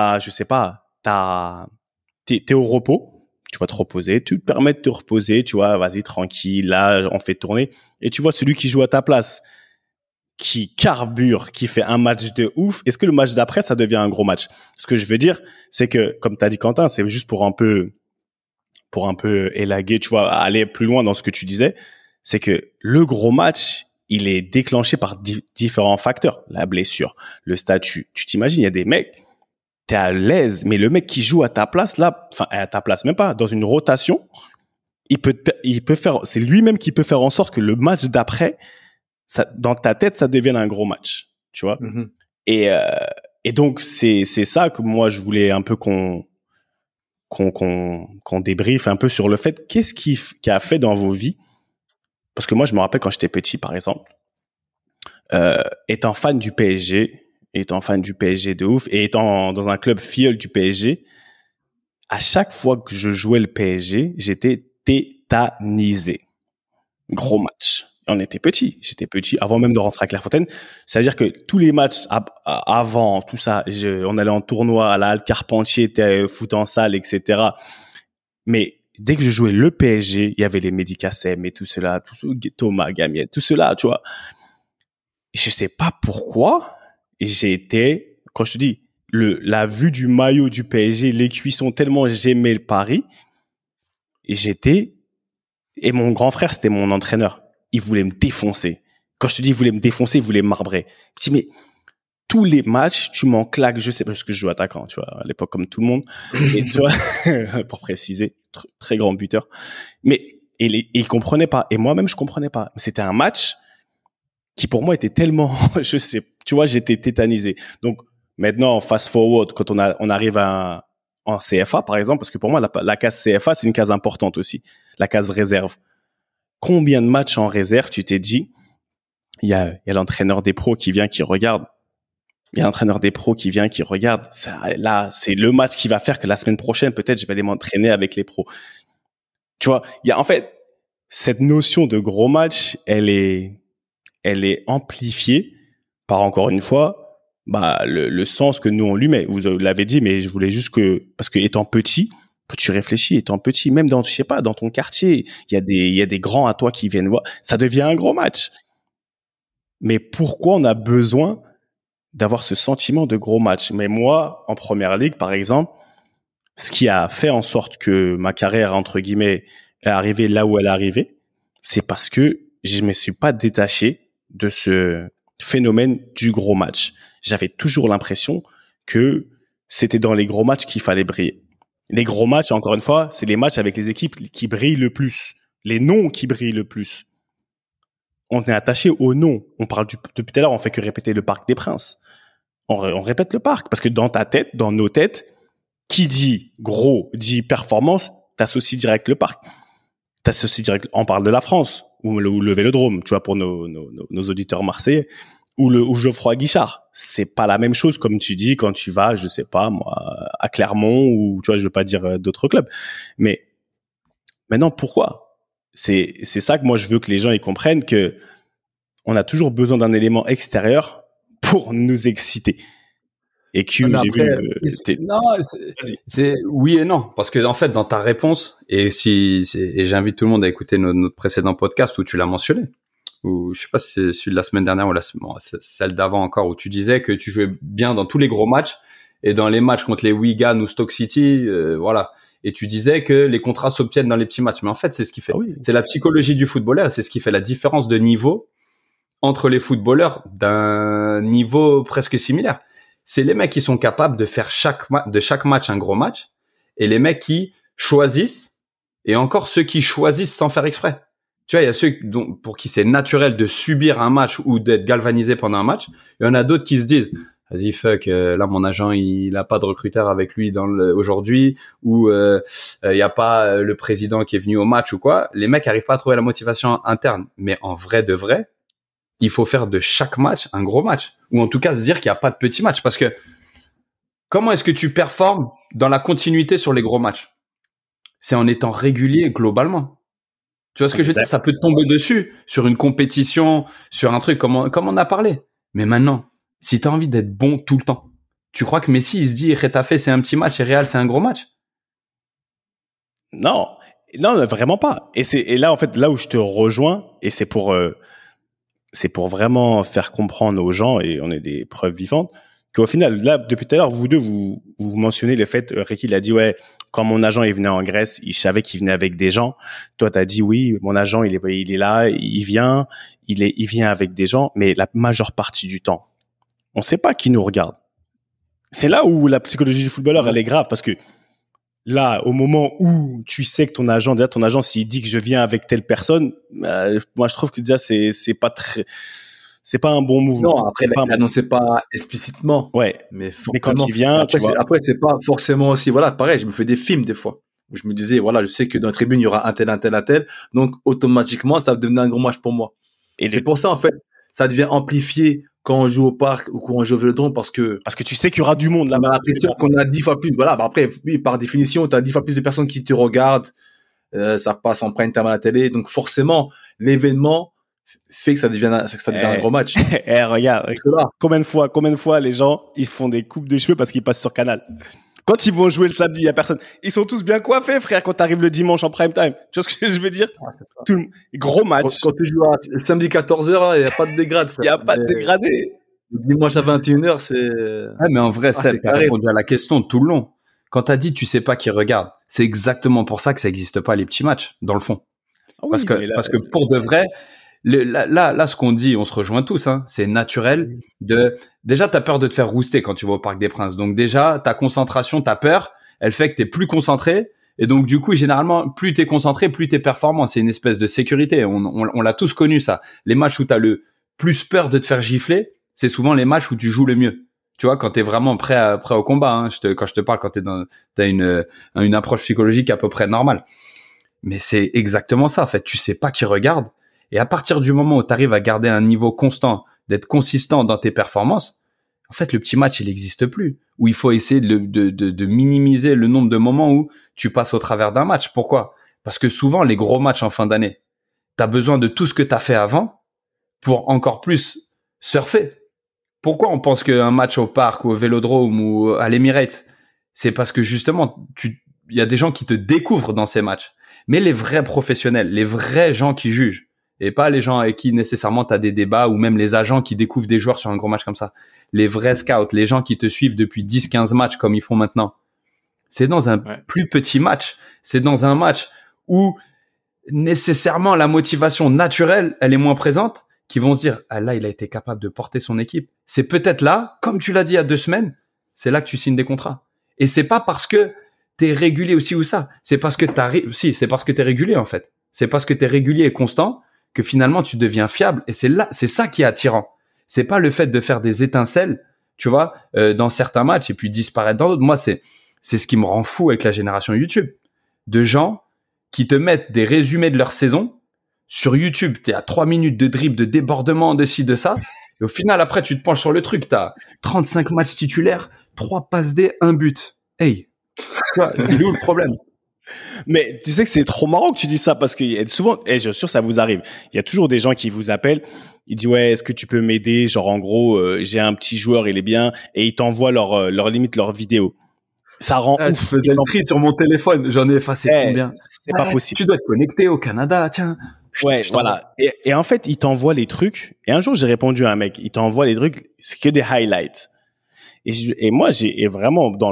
t'es au repos, tu vas te reposer, tu te permets de te reposer, tu vois, vas-y, tranquille, là, on fait tourner, et tu vois celui qui joue à ta place, qui carbure, qui fait un match de ouf, est-ce que le match d'après, ça devient un gros match? Ce que je veux dire, c'est que, comme t'as dit Quentin, c'est juste pour un peu élaguer, tu vois, aller plus loin dans ce que tu disais, c'est que le gros match, il est déclenché par différents facteurs. La blessure, le statut. Tu t'imagines, il y a des mecs, t'es à l'aise. Mais le mec qui joue à ta place, là, enfin, à ta place, même pas, dans une rotation, il peut faire, c'est lui-même qui peut faire en sorte que le match d'après, ça, dans ta tête, ça devienne un gros match, tu vois.
Mhm.
Et donc, c'est ça que moi, je voulais un peu qu'on débriefe un peu sur le fait, qu'est-ce qui a fait dans vos vies? Parce que moi, je me rappelle quand j'étais petit, par exemple, étant fan du PSG de ouf, et étant dans un club filleul du PSG, à chaque fois que je jouais le PSG, j'étais tétanisé. Gros match. On était petits. J'étais petit avant même de rentrer à Clairefontaine. C'est-à-dire que tous les matchs avant, tout ça, on allait en tournoi à la Halle Carpentier, foot en salle, etc. Mais dès que je jouais le PSG, il y avait les Médicassem et tout cela, Thomas Gamiel, tout cela, tu vois. Je sais pas pourquoi, j'ai été, quand je te dis, la vue du maillot du PSG, les cuissons, tellement j'aimais le pari, et mon grand frère, c'était mon entraîneur. Il voulait me défoncer. Quand je te dis, il voulait me défoncer, il voulait me marbrer. Je dis, mais tous les matchs, tu m'en claques, je sais pas, parce que je joue attaquant, tu vois, à l'époque, comme tout le monde. Et tu vois, pour préciser, très grand buteur. Mais, il comprenait pas. Et moi-même, je comprenais pas. C'était un match qui, pour moi, était tellement, je sais, tu vois, j'étais tétanisé. Donc, maintenant, fast forward, quand on arrive en CFA, par exemple, parce que pour moi, la case CFA, c'est une case importante aussi. La case réserve. Combien de matchs en réserve, tu t'es dit, il y a l'entraîneur des pros qui vient, qui regarde. Il y a l'entraîneur des pros qui vient, qui regarde. Ça, là, c'est le match qui va faire que la semaine prochaine, peut-être, je vais aller m'entraîner avec les pros. Tu vois, il y a, en fait, cette notion de gros match, elle est amplifiée par, encore une fois, le sens que nous, on lui met. Vous l'avez dit, mais je voulais juste parce que étant petit, quand tu réfléchis, étant petit, même je sais pas, dans ton quartier, il y a des grands à toi qui viennent voir, ça devient un gros match. Mais pourquoi on a besoin d'avoir ce sentiment de gros match? Mais moi, en première ligue, par exemple, ce qui a fait en sorte que ma carrière, entre guillemets, est arrivée là où elle est arrivée, c'est parce que je me suis pas détaché de ce phénomène du gros match. J'avais toujours l'impression que c'était dans les gros matchs qu'il fallait briller. Les gros matchs, encore une fois, c'est les matchs avec les équipes qui brillent le plus, les noms qui brillent le plus. On est attaché aux noms. On parle depuis tout à l'heure, on fait que répéter le Parc des Princes. On répète le parc parce que dans ta tête, dans nos têtes, qui dit gros, dit performance, t'associes direct le parc. T'associes direct. On parle de la France ou le Vélodrome, tu vois, pour nos auditeurs marseillais, ou Geoffroy Guichard. C'est pas la même chose, comme tu dis, quand tu vas, je sais pas, moi, à Clermont, ou, tu vois, je veux pas dire d'autres clubs. Mais maintenant, pourquoi? C'est ça que moi, je veux que les gens, ils comprennent que on a toujours besoin d'un élément extérieur pour nous exciter. Et Q, j'ai vu,
non, c'est oui et non, parce que en fait, dans ta réponse, et j'invite tout le monde à écouter notre précédent podcast où tu l'as mentionné, ou je sais pas si c'est celui de la semaine dernière ou celle d'avant encore, où tu disais que tu jouais bien dans tous les gros matchs et dans les matchs contre les Wigan ou Stoke City, voilà. Et tu disais que les contrats s'obtiennent dans les petits matchs, mais en fait, c'est ce qui fait, c'est la psychologie du footballeur, c'est ce qui fait la différence de niveau entre les footballeurs d'un niveau presque similaire. C'est les mecs qui sont capables de faire de chaque match un gros match, et les mecs qui choisissent, et encore ceux qui choisissent sans faire exprès. Tu vois, il y a ceux pour qui c'est naturel de subir un match ou d'être galvanisé pendant un match. Il y en a d'autres qui se disent, vas-y fuck, là mon agent il a pas de recruteur avec lui aujourd'hui, ou il y a pas le président qui est venu au match ou quoi. Les mecs arrivent pas à trouver la motivation interne, mais en vrai de vrai, il faut faire de chaque match un gros match. Ou en tout cas se dire qu'il n'y a pas de petits matchs. Parce que comment est-ce que tu performes dans la continuité sur les gros matchs? C'est en étant régulier globalement. Tu vois ce que je veux dire? Ça peut te tomber dessus sur une compétition, sur un truc comme on a parlé. Mais maintenant, si tu as envie d'être bon tout le temps, tu crois que Messi, il se dit Retafe, c'est un petit match et Real, c'est un gros match?
Non, vraiment pas. Et là, en fait, là où je te rejoins, et c'est pour vraiment faire comprendre aux gens, et on est des preuves vivantes, qu'au final, là, depuis tout à l'heure, vous deux, vous mentionnez le fait, Ricky, il a dit, ouais, quand mon agent, il venait en Grèce, il savait qu'il venait avec des gens. Toi, t'as dit, oui, mon agent, il est là, il vient avec des gens, mais la majeure partie du temps, on sait pas qui nous regarde. C'est là où la psychologie du footballeur, elle est grave parce que là, au moment où tu sais que ton agent, s'il dit que je viens avec telle personne, moi, je trouve que déjà, c'est pas un bon mouvement.
Non, après, l'annonçait pas explicitement.
Ouais.
Mais
quand il vient,
après, c'est pas forcément aussi, voilà, pareil, je me fais des films, des fois. Où je me disais, voilà, je sais que dans la tribune, il y aura un tel. Donc, automatiquement, ça va devenir un gros match pour moi. Et c'est pour ça, en fait, ça devient amplifié quand on joue au parc ou quand on joue au Vélodrome parce que
tu sais qu'il y aura du monde là-bas.
On a l'impression qu'on a 10 fois plus. Voilà, après, oui, par définition, tu as 10 fois plus de personnes qui te regardent. Ça passe en prime time à la télé. Donc, forcément, l'événement fait que ça devient un gros match.
Regarde, combien de fois les gens, ils font des coupes de cheveux parce qu'ils passent sur Canal. Quand ils vont jouer le samedi, il y a personne. Ils sont tous bien coiffés, frère, quand t'arrives le dimanche en prime time. Tu vois ce que je veux dire? Gros match.
Quand tu joues le samedi 14h, il n'y a pas de dégrade, frère.
Il n'y a pas de dégradé.
Le dimanche à 21h, c'est...
Ouais, mais en vrai, t'as répondu à la question tout le long. Quand t'as dit tu sais pas qui regarde, c'est exactement pour ça que ça existe pas les petits matchs, dans le fond. Parce que pour de vrai, là, ce qu'on dit, on se rejoint tous, hein. C'est naturel déjà, t'as peur de te faire rouster quand tu vas au Parc des Princes. Donc déjà, ta concentration, ta peur, elle fait que t'es plus concentré. Et donc, du coup, généralement, plus t'es concentré, plus t'es performant. C'est une espèce de sécurité. On l'a tous connu, ça. Les matchs où t'as le plus peur de te faire gifler, c'est souvent les matchs où tu joues le mieux. Tu vois, quand t'es vraiment prêt au combat, hein. Quand je te parle, quand t'as une approche psychologique à peu près normale. Mais c'est exactement ça. En fait, tu sais pas qui regarde. Et à partir du moment où tu arrives à garder un niveau constant, d'être consistant dans tes performances, en fait, le petit match, il n'existe plus. Où il faut essayer de minimiser le nombre de moments où tu passes au travers d'un match. Pourquoi? Parce que souvent, les gros matchs en fin d'année, tu as besoin de tout ce que tu as fait avant pour encore plus surfer. Pourquoi on pense qu'un match au parc ou au Vélodrome ou à l'Emirates, c'est parce que justement, il y a des gens qui te découvrent dans ces matchs. Mais les vrais professionnels, les vrais gens qui jugent, et pas les gens avec qui nécessairement tu as des débats ou même les agents qui découvrent des joueurs sur un gros match comme ça. Les vrais scouts, les gens qui te suivent depuis 10-15 matchs comme ils font maintenant. C'est dans un plus petit match. C'est dans un match où nécessairement la motivation naturelle, elle est moins présente, qui vont se dire, ah là, il a été capable de porter son équipe. C'est peut-être là, comme tu l'as dit il y a 2 semaines, c'est là que tu signes des contrats. Et c'est pas parce que t'es régulier aussi ou ça. C'est parce que c'est parce que t'es régulier, en fait. C'est parce que t'es régulier et constant que finalement tu deviens fiable, et c'est ça qui est attirant. C'est pas le fait de faire des étincelles, tu vois, dans certains matchs et puis disparaître dans d'autres. Moi, c'est ce qui me rend fou avec la génération YouTube, de gens qui te mettent des résumés de leur saison sur YouTube. T'es à 3 minutes de dribble, de débordement, de ci, de ça, et au final après tu te penches sur le truc, t'as 35 matchs titulaires, 3 passes D, 1 but. Hey, tu vois, il est où le problème?
Mais tu sais que c'est trop marrant que tu dis ça parce que souvent, et je suis sûr ça vous arrive, il y a toujours des gens qui vous appellent, ils disent ouais, est-ce que tu peux m'aider, genre en gros j'ai un petit joueur, il est bien, et ils t'envoient leur vidéo. Ça rend ouf.
Je faisais le tri sur mon téléphone, j'en ai effacé combien?
C'est pas possible.
Tu dois être connecté au Canada, tiens.
Ouais, voilà. Et en fait, ils t'envoient les trucs, et un jour j'ai répondu à un mec, il t'envoie les trucs, c'est que des highlights. Et moi j'ai vraiment dans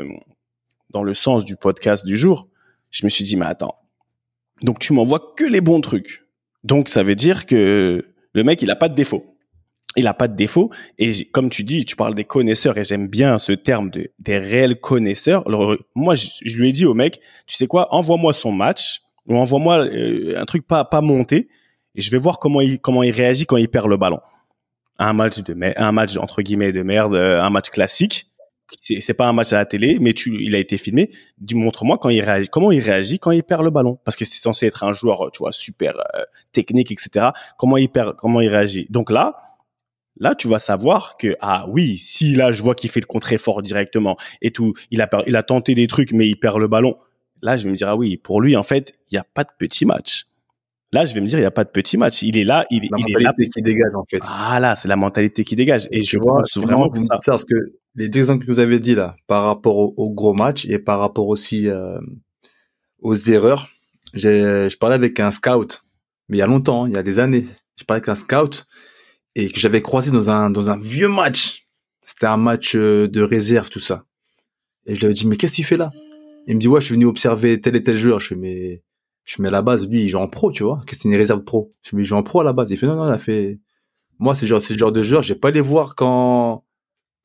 le sens du podcast du jour, je me suis dit, mais attends. Donc, tu m'envoies que les bons trucs. Donc, ça veut dire que le mec, il a pas de défaut. Il a pas de défaut. Et comme tu dis, tu parles des connaisseurs et j'aime bien ce terme des réels connaisseurs. Alors, moi, je lui ai dit au mec, tu sais quoi, envoie-moi son match ou envoie-moi un truc pas monté et je vais voir comment il réagit quand il perd le ballon. Un match entre guillemets de merde, un match classique. C'est pas un match à la télé, mais il a été filmé. Montre-moi comment il réagit quand il perd le ballon, parce que c'est censé être un joueur, tu vois, super technique, etc. Comment il réagit. Donc là, tu vas savoir que oui, si là je vois qu'il fait le contre-effort directement et tout, il a tenté des trucs, mais il perd le ballon. Là, je vais me dire oui, pour lui en fait, il y a pas de petit match. Là, je vais me dire, il n'y a pas de petit match. Il est là, il est là.
La mentalité qui dégage, en fait.
Ah là, c'est la mentalité qui dégage. Et je pense vraiment que ça.
Parce que les 2 exemples que vous avez dit là, par rapport au gros match et par rapport aussi aux erreurs, je parlais avec un scout, mais il y a longtemps, il y a des années. Je parlais avec un scout et que j'avais croisé dans un vieux match. C'était un match de réserve, tout ça. Et je lui avais dit, mais qu'est-ce que tu fais là? Il me dit, ouais, je suis venu observer tel et tel joueur. Je mets à la base, lui, il joue en pro, tu vois. Que c'est une réserve pro. Je me dis, il joue en pro à la base. Il fait, non, il a fait, moi, c'est le genre de joueur, j'ai pas les voir quand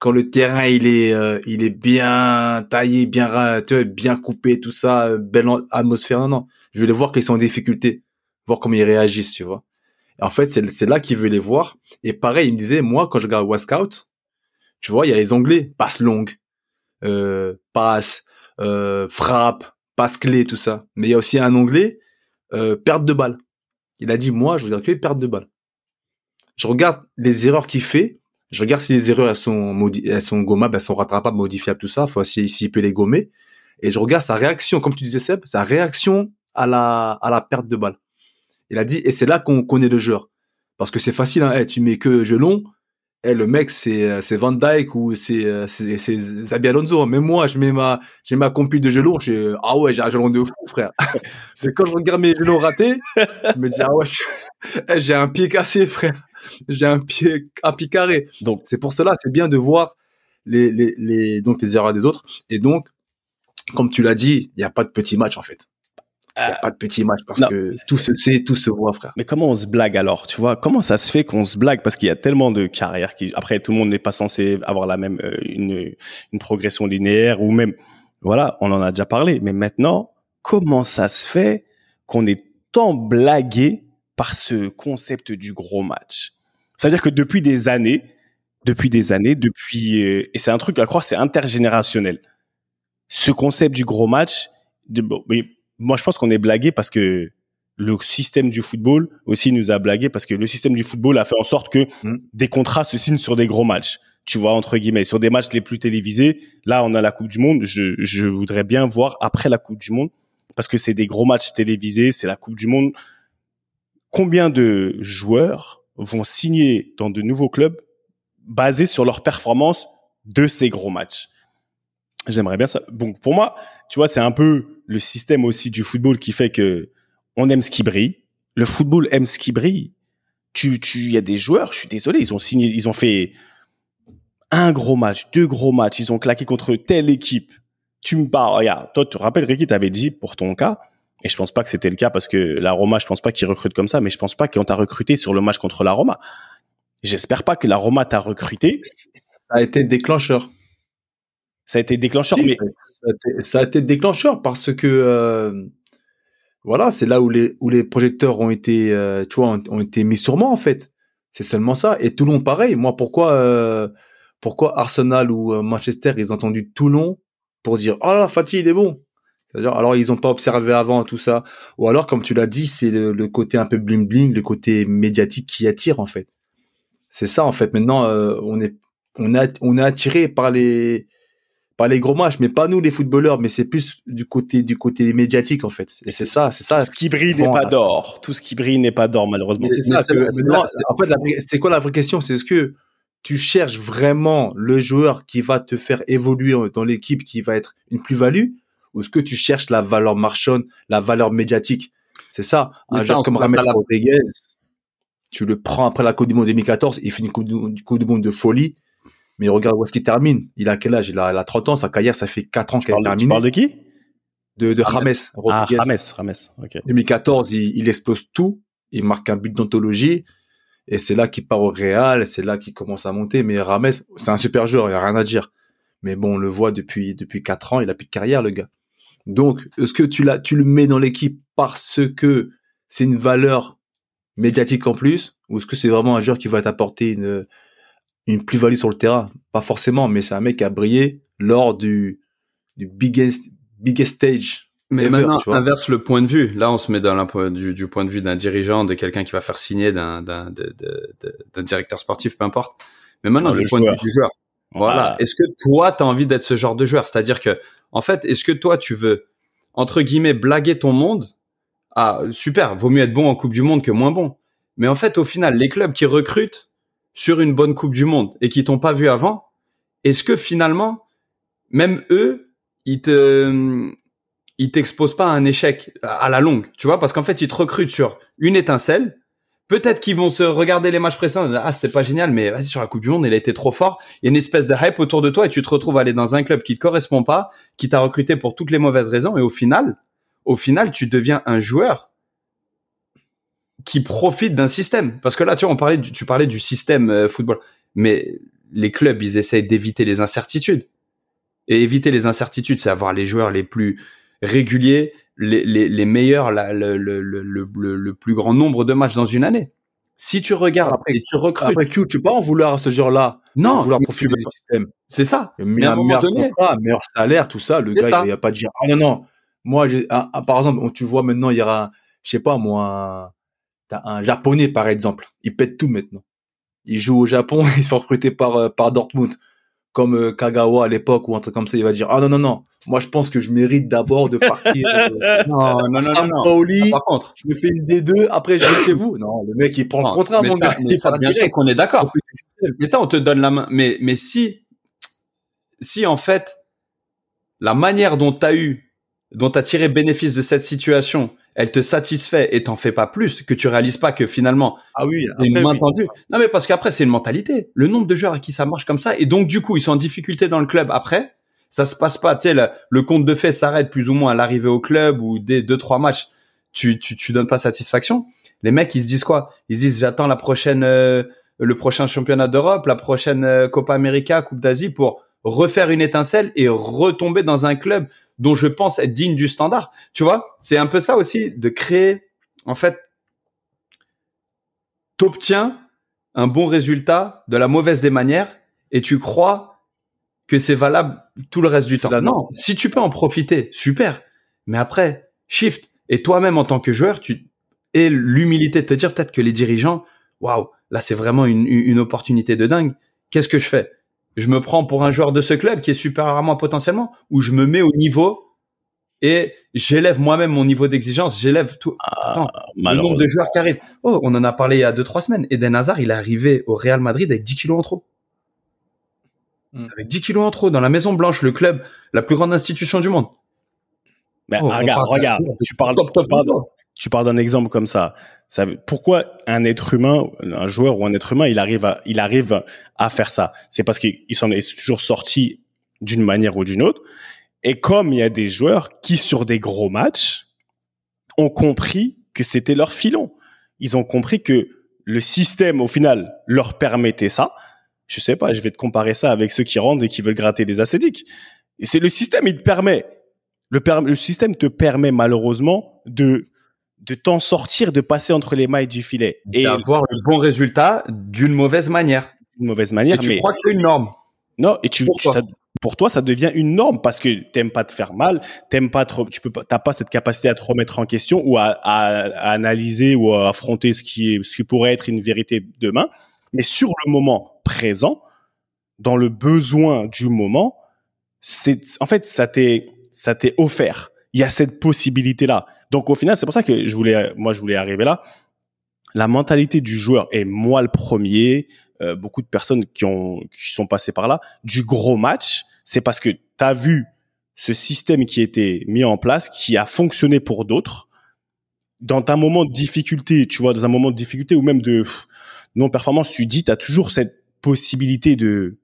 quand le terrain il est bien taillé, tu vois, bien coupé, tout ça, belle atmosphère. Non, non. Je veux les voir quand ils sont en difficulté, voir comment ils réagissent, tu vois. Et en fait, c'est là qu'il veut les voir. Et pareil, il me disait, moi, quand je regarde Wascout, tu vois, il y a les onglets, passe longue, passe, frappe, passe clé, tout ça. Mais il y a aussi un onglet, perte de balle. Il a dit, moi, je regarde que les pertes de balle. Je regarde les erreurs qu'il fait. Je regarde si les erreurs, elles sont gommables, elles sont rattrapables, modifiables, tout ça. Faut s'il peut les gommer. Et je regarde sa réaction, comme tu disais, Seb, sa réaction à la perte de balle. Il a dit, et c'est là qu'on connaît le joueur. Parce que c'est facile, hein. Tu mets que gelon. Le mec, c'est Van Dijk ou c'est Xabi Alonso. Même moi, j'ai ma compu de gelon. Ah ouais, j'ai un gelon de fou, frère. C'est quand je regarde mes gelons ratés, je me dis, ah ouais, j'ai un pied cassé, frère. J'ai un pied carré. Donc, c'est pour cela, c'est bien de voir donc les erreurs des autres. Et donc, comme tu l'as dit, il n'y a pas de petit match, en fait. Il n'y a pas de petit match parce que tout se sait, tout se voit, frère.
Mais comment on se blague alors, tu vois? Comment ça se fait qu'on se blague? Parce qu'il y a tellement de carrières après, tout le monde n'est pas censé avoir la même, une progression linéaire ou même, voilà, on en a déjà parlé. Mais maintenant, comment ça se fait qu'on est tant blagué par ce concept du gros match? C'est-à-dire que depuis des années, et c'est un truc à croire, c'est intergénérationnel. Ce concept du gros match, moi, je pense qu'on est blagué parce que le système du football aussi nous a blagué parce que le système du football a fait en sorte que des contrats se signent sur des gros matchs. Tu vois, entre guillemets, sur des matchs les plus télévisés. Là, on a la Coupe du Monde. Je voudrais bien voir après la Coupe du Monde parce que c'est des gros matchs télévisés. C'est la Coupe du Monde. Combien de joueurs vont signer dans de nouveaux clubs basés sur leur performance de ces gros matchs? J'aimerais bien ça. Bon, pour moi, tu vois, c'est un peu le système aussi du football qui fait que on aime ce qui brille. Le football aime ce qui brille. Il y a des joueurs, je suis désolé, ils ont fait un gros match, 2 gros matchs, ils ont claqué contre telle équipe. Tu me parles, regarde, toi, tu te rappelles, Ricky, t'avais dit pour ton cas, et je pense pas que c'était le cas parce que la Roma, je pense pas qu'ils recrutent comme ça, mais je pense pas qu'on t'a recruté sur le match contre la Roma. J'espère pas que la Roma t'a recruté.
Ça a été déclencheur.
Ça a été déclencheur, mais
ça a été déclencheur parce que voilà, c'est là où les projecteurs ont été, tu vois, ont été mis sur moi en fait. C'est seulement ça. Et Toulon, pareil. Moi, pourquoi Arsenal ou Manchester, ils ont entendu Toulon pour dire oh là, Fatih, il est bon. C'est-à-dire, alors ils ont pas observé avant tout ça, ou alors comme tu l'as dit, c'est le côté un peu bling bling, le côté médiatique qui attire en fait. C'est ça en fait. Maintenant, on est attiré par les gros matchs, mais pas nous les footballeurs, mais c'est plus du côté médiatique en fait. Et c'est ça.
Tout ce qui brille n'est pas d'or. Tout ce qui brille n'est pas d'or, malheureusement.
C'est ça. En fait, c'est quoi la vraie question? C'est est-ce que tu cherches vraiment le joueur qui va te faire évoluer dans l'équipe, qui va être une plus-value, ou est-ce que tu cherches la valeur marchande, la valeur médiatique? C'est ça. Un joueur comme James Rodriguez, tu le prends après la Coupe du Monde 2014, il fait une Coupe du Monde de folie. Mais regarde où est-ce qu'il termine. Il a quel âge? Il a 30 ans. Sa carrière, ça fait 4 ans qu'elle est terminée.
Tu parles de qui?
De James Rodriguez.
Ah, James. Ok.
2014, il explose tout. Il marque un but d'anthologie. Et c'est là qu'il part au Real. C'est là qu'il commence à monter. Mais James, c'est un super joueur. Il n'y a rien à dire. Mais bon, on le voit depuis 4 ans. Il a plus de carrière, le gars. Donc, est-ce que tu le mets dans l'équipe parce que c'est une valeur médiatique en plus? Ou est-ce que c'est vraiment un joueur qui va t'apporter une plus-value sur le terrain? Pas forcément, mais c'est un mec qui a brillé lors du biggest stage.
Mais maintenant, inverse le point de vue. Là, on se met du point de vue d'un dirigeant, de quelqu'un qui va faire signer d'un directeur sportif, peu importe. Mais maintenant, du point de vue du joueur. Voilà. Est-ce que toi, t'as envie d'être ce genre de joueur? C'est-à-dire que, en fait, est-ce que toi, tu veux, entre guillemets, blaguer ton monde? Ah, super. Vaut mieux être bon en Coupe du Monde que moins bon. Mais en fait, au final, les clubs qui recrutent sur une bonne Coupe du Monde et qui t'ont pas vu avant, est-ce que finalement, même eux, ils t'exposent pas à un échec à la longue, tu vois, parce qu'en fait, ils te recrutent sur une étincelle. Peut-être qu'ils vont se regarder les matchs précédents et dire, ah, c'était pas génial, mais vas-y, sur la Coupe du Monde, il a été trop fort. Il y a une espèce de hype autour de toi et tu te retrouves à aller dans un club qui te correspond pas, qui t'a recruté pour toutes les mauvaises raisons et au final, tu deviens un joueur qui profite d'un système. Parce que là, tu vois, tu parlais du système football. Mais les clubs, ils essayent d'éviter les incertitudes. Et éviter les incertitudes, c'est avoir les joueurs les plus réguliers, les meilleurs, le plus grand nombre de matchs dans une année. Si tu regardes et tu recrutes.
Après, tu peux pas en vouloir à ce genre-là.
Non.
Vouloir profiter du système.
C'est ça.
Mais à un meilleur contrat, meilleur salaire, tout ça, le gars, il va pas dire, ah non. Moi, par exemple, tu vois maintenant, il y aura, je sais pas, moi, t'as un Japonais, par exemple. Il pète tout maintenant. Il joue au Japon, il se fait recruter par Dortmund. Comme Kagawa à l'époque ou un truc comme ça, il va dire, ah non. Moi, je pense que je mérite d'abord de partir
non.
Pauli, par contre, je me fais une D2, après je vais chez vous. Non, le mec, il prend le contrat, mon gars.
Mais ça, bien sûr qu'on est d'accord. Mais ça, on te donne la main. Mais si en fait, la manière dont t'as tiré bénéfice de cette situation, elle te satisfait et t'en fais pas plus, que tu réalises pas que finalement, une main tendue. Non, mais parce qu'après, c'est une mentalité. Le nombre de joueurs à qui ça marche comme ça, et donc, du coup, ils sont en difficulté dans le club après, ça se passe pas, tu sais, le conte de fait s'arrête plus ou moins à l'arrivée au club ou dès 2-3 matchs, tu donnes pas satisfaction. Les mecs, ils se disent quoi? Ils se disent, j'attends le prochain championnat d'Europe, la prochaine Copa América, Coupe d'Asie pour refaire une étincelle et retomber dans un club dont je pense être digne du standard. Tu vois, c'est un peu ça aussi, de créer, en fait, t'obtiens un bon résultat de la mauvaise des manières et tu crois que c'est valable tout le reste du temps. Non, si tu peux en profiter, super. Mais après, shift. Et toi-même, en tant que joueur, tu aies l'humilité de te dire peut-être que les dirigeants, waouh, là, c'est vraiment une opportunité de dingue. Qu'est-ce que je fais? Je me prends pour un joueur de ce club qui est supérieur à moi potentiellement, ou je me mets au niveau et j'élève moi-même mon niveau d'exigence, j'élève tout. Attends, le nombre de joueurs qui arrivent. Oh, on en a parlé il y a 2-3 semaines. Eden Hazard, il est arrivé au Real Madrid avec 10 kilos en trop. Avec 10 kilos en trop, dans la Maison Blanche, le club, la plus grande institution du monde.
Mais regarde, tu parles d'un exemple comme ça. Pourquoi un être humain, un joueur ou un être humain, il arrive à faire ça? C'est parce qu'il s'en est toujours sorti d'une manière ou d'une autre. Et comme il y a des joueurs qui, sur des gros matchs, ont compris que c'était leur filon. Ils ont compris que le système, au final, leur permettait ça. Je sais pas, je vais te comparer ça avec ceux qui rentrent et qui veulent gratter des acédiques. Et c'est le système, il te permet. Le système te permet malheureusement de t'en sortir, de passer entre les mailles du filet.
Et avoir le bon résultat d'une mauvaise manière.
Une mauvaise manière.
Et tu crois que c'est une norme.
Non, et pour toi, ça devient une norme parce que t'aimes pas te faire mal, t'as pas cette capacité à te remettre en question ou à analyser ou à affronter ce qui pourrait être une vérité demain. Mais sur le moment présent, dans le besoin du moment, en fait, ça t'est offert. Il y a cette possibilité-là. Donc, au final, c'est pour ça que je voulais arriver là. La mentalité du joueur, et moi le premier, beaucoup de personnes qui sont passées par là, du gros match, c'est parce que tu as vu ce système qui était mis en place, qui a fonctionné pour d'autres. Dans un moment de difficulté, tu vois, dans un moment de difficulté ou même de non-performance, tu dis, tu as toujours cette possibilité de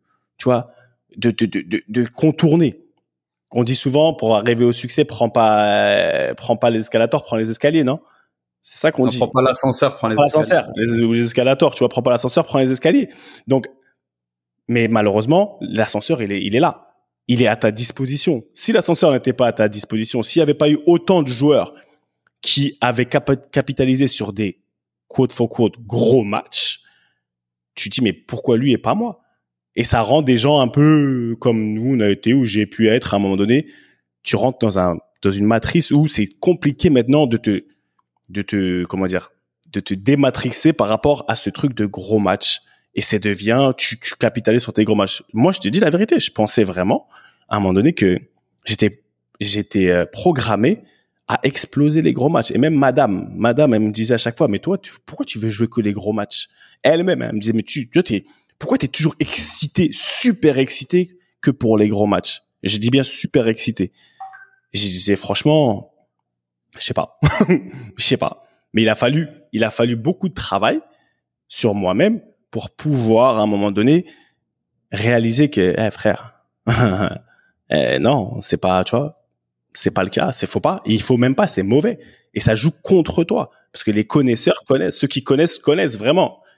contourner. On dit souvent, pour arriver au succès, prends pas les escalators, prends les escaliers, non? C'est ça qu'on dit.
Prends pas l'ascenseur, prends les escaliers.
Les escalators, tu vois, prends pas l'ascenseur, prends les escaliers. Donc, mais malheureusement, l'ascenseur, il est là. Il est à ta disposition. Si l'ascenseur n'était pas à ta disposition, s'il n'y avait pas eu autant de joueurs qui avaient capitalisé sur des quote for quote gros matchs, tu te dis, mais pourquoi lui et pas moi? Et ça rend des gens un peu comme nous, on a été, où j'ai pu être à un moment donné. Tu rentres dans une matrice où c'est compliqué maintenant de te dématrixer par rapport à ce truc de gros match. Et tu capitalises sur tes gros matchs. Moi, je te dis la vérité, je pensais vraiment, à un moment donné, que j'étais programmé à exploser les gros matchs. Et même madame, elle me disait à chaque fois, mais toi, pourquoi tu veux jouer que les gros matchs? Elle-même, elle me disait, mais pourquoi t'es toujours excité, super excité que pour les gros matchs? Je dis bien super excité. Je disais, franchement, je sais pas. Mais il a fallu beaucoup de travail sur moi-même pour pouvoir, à un moment donné, réaliser que, frère, non, c'est pas, tu vois, c'est pas le cas, faut pas, et il faut même pas, c'est mauvais. Et ça joue contre toi. Parce que les connaisseurs connaissent, ceux qui connaissent vraiment.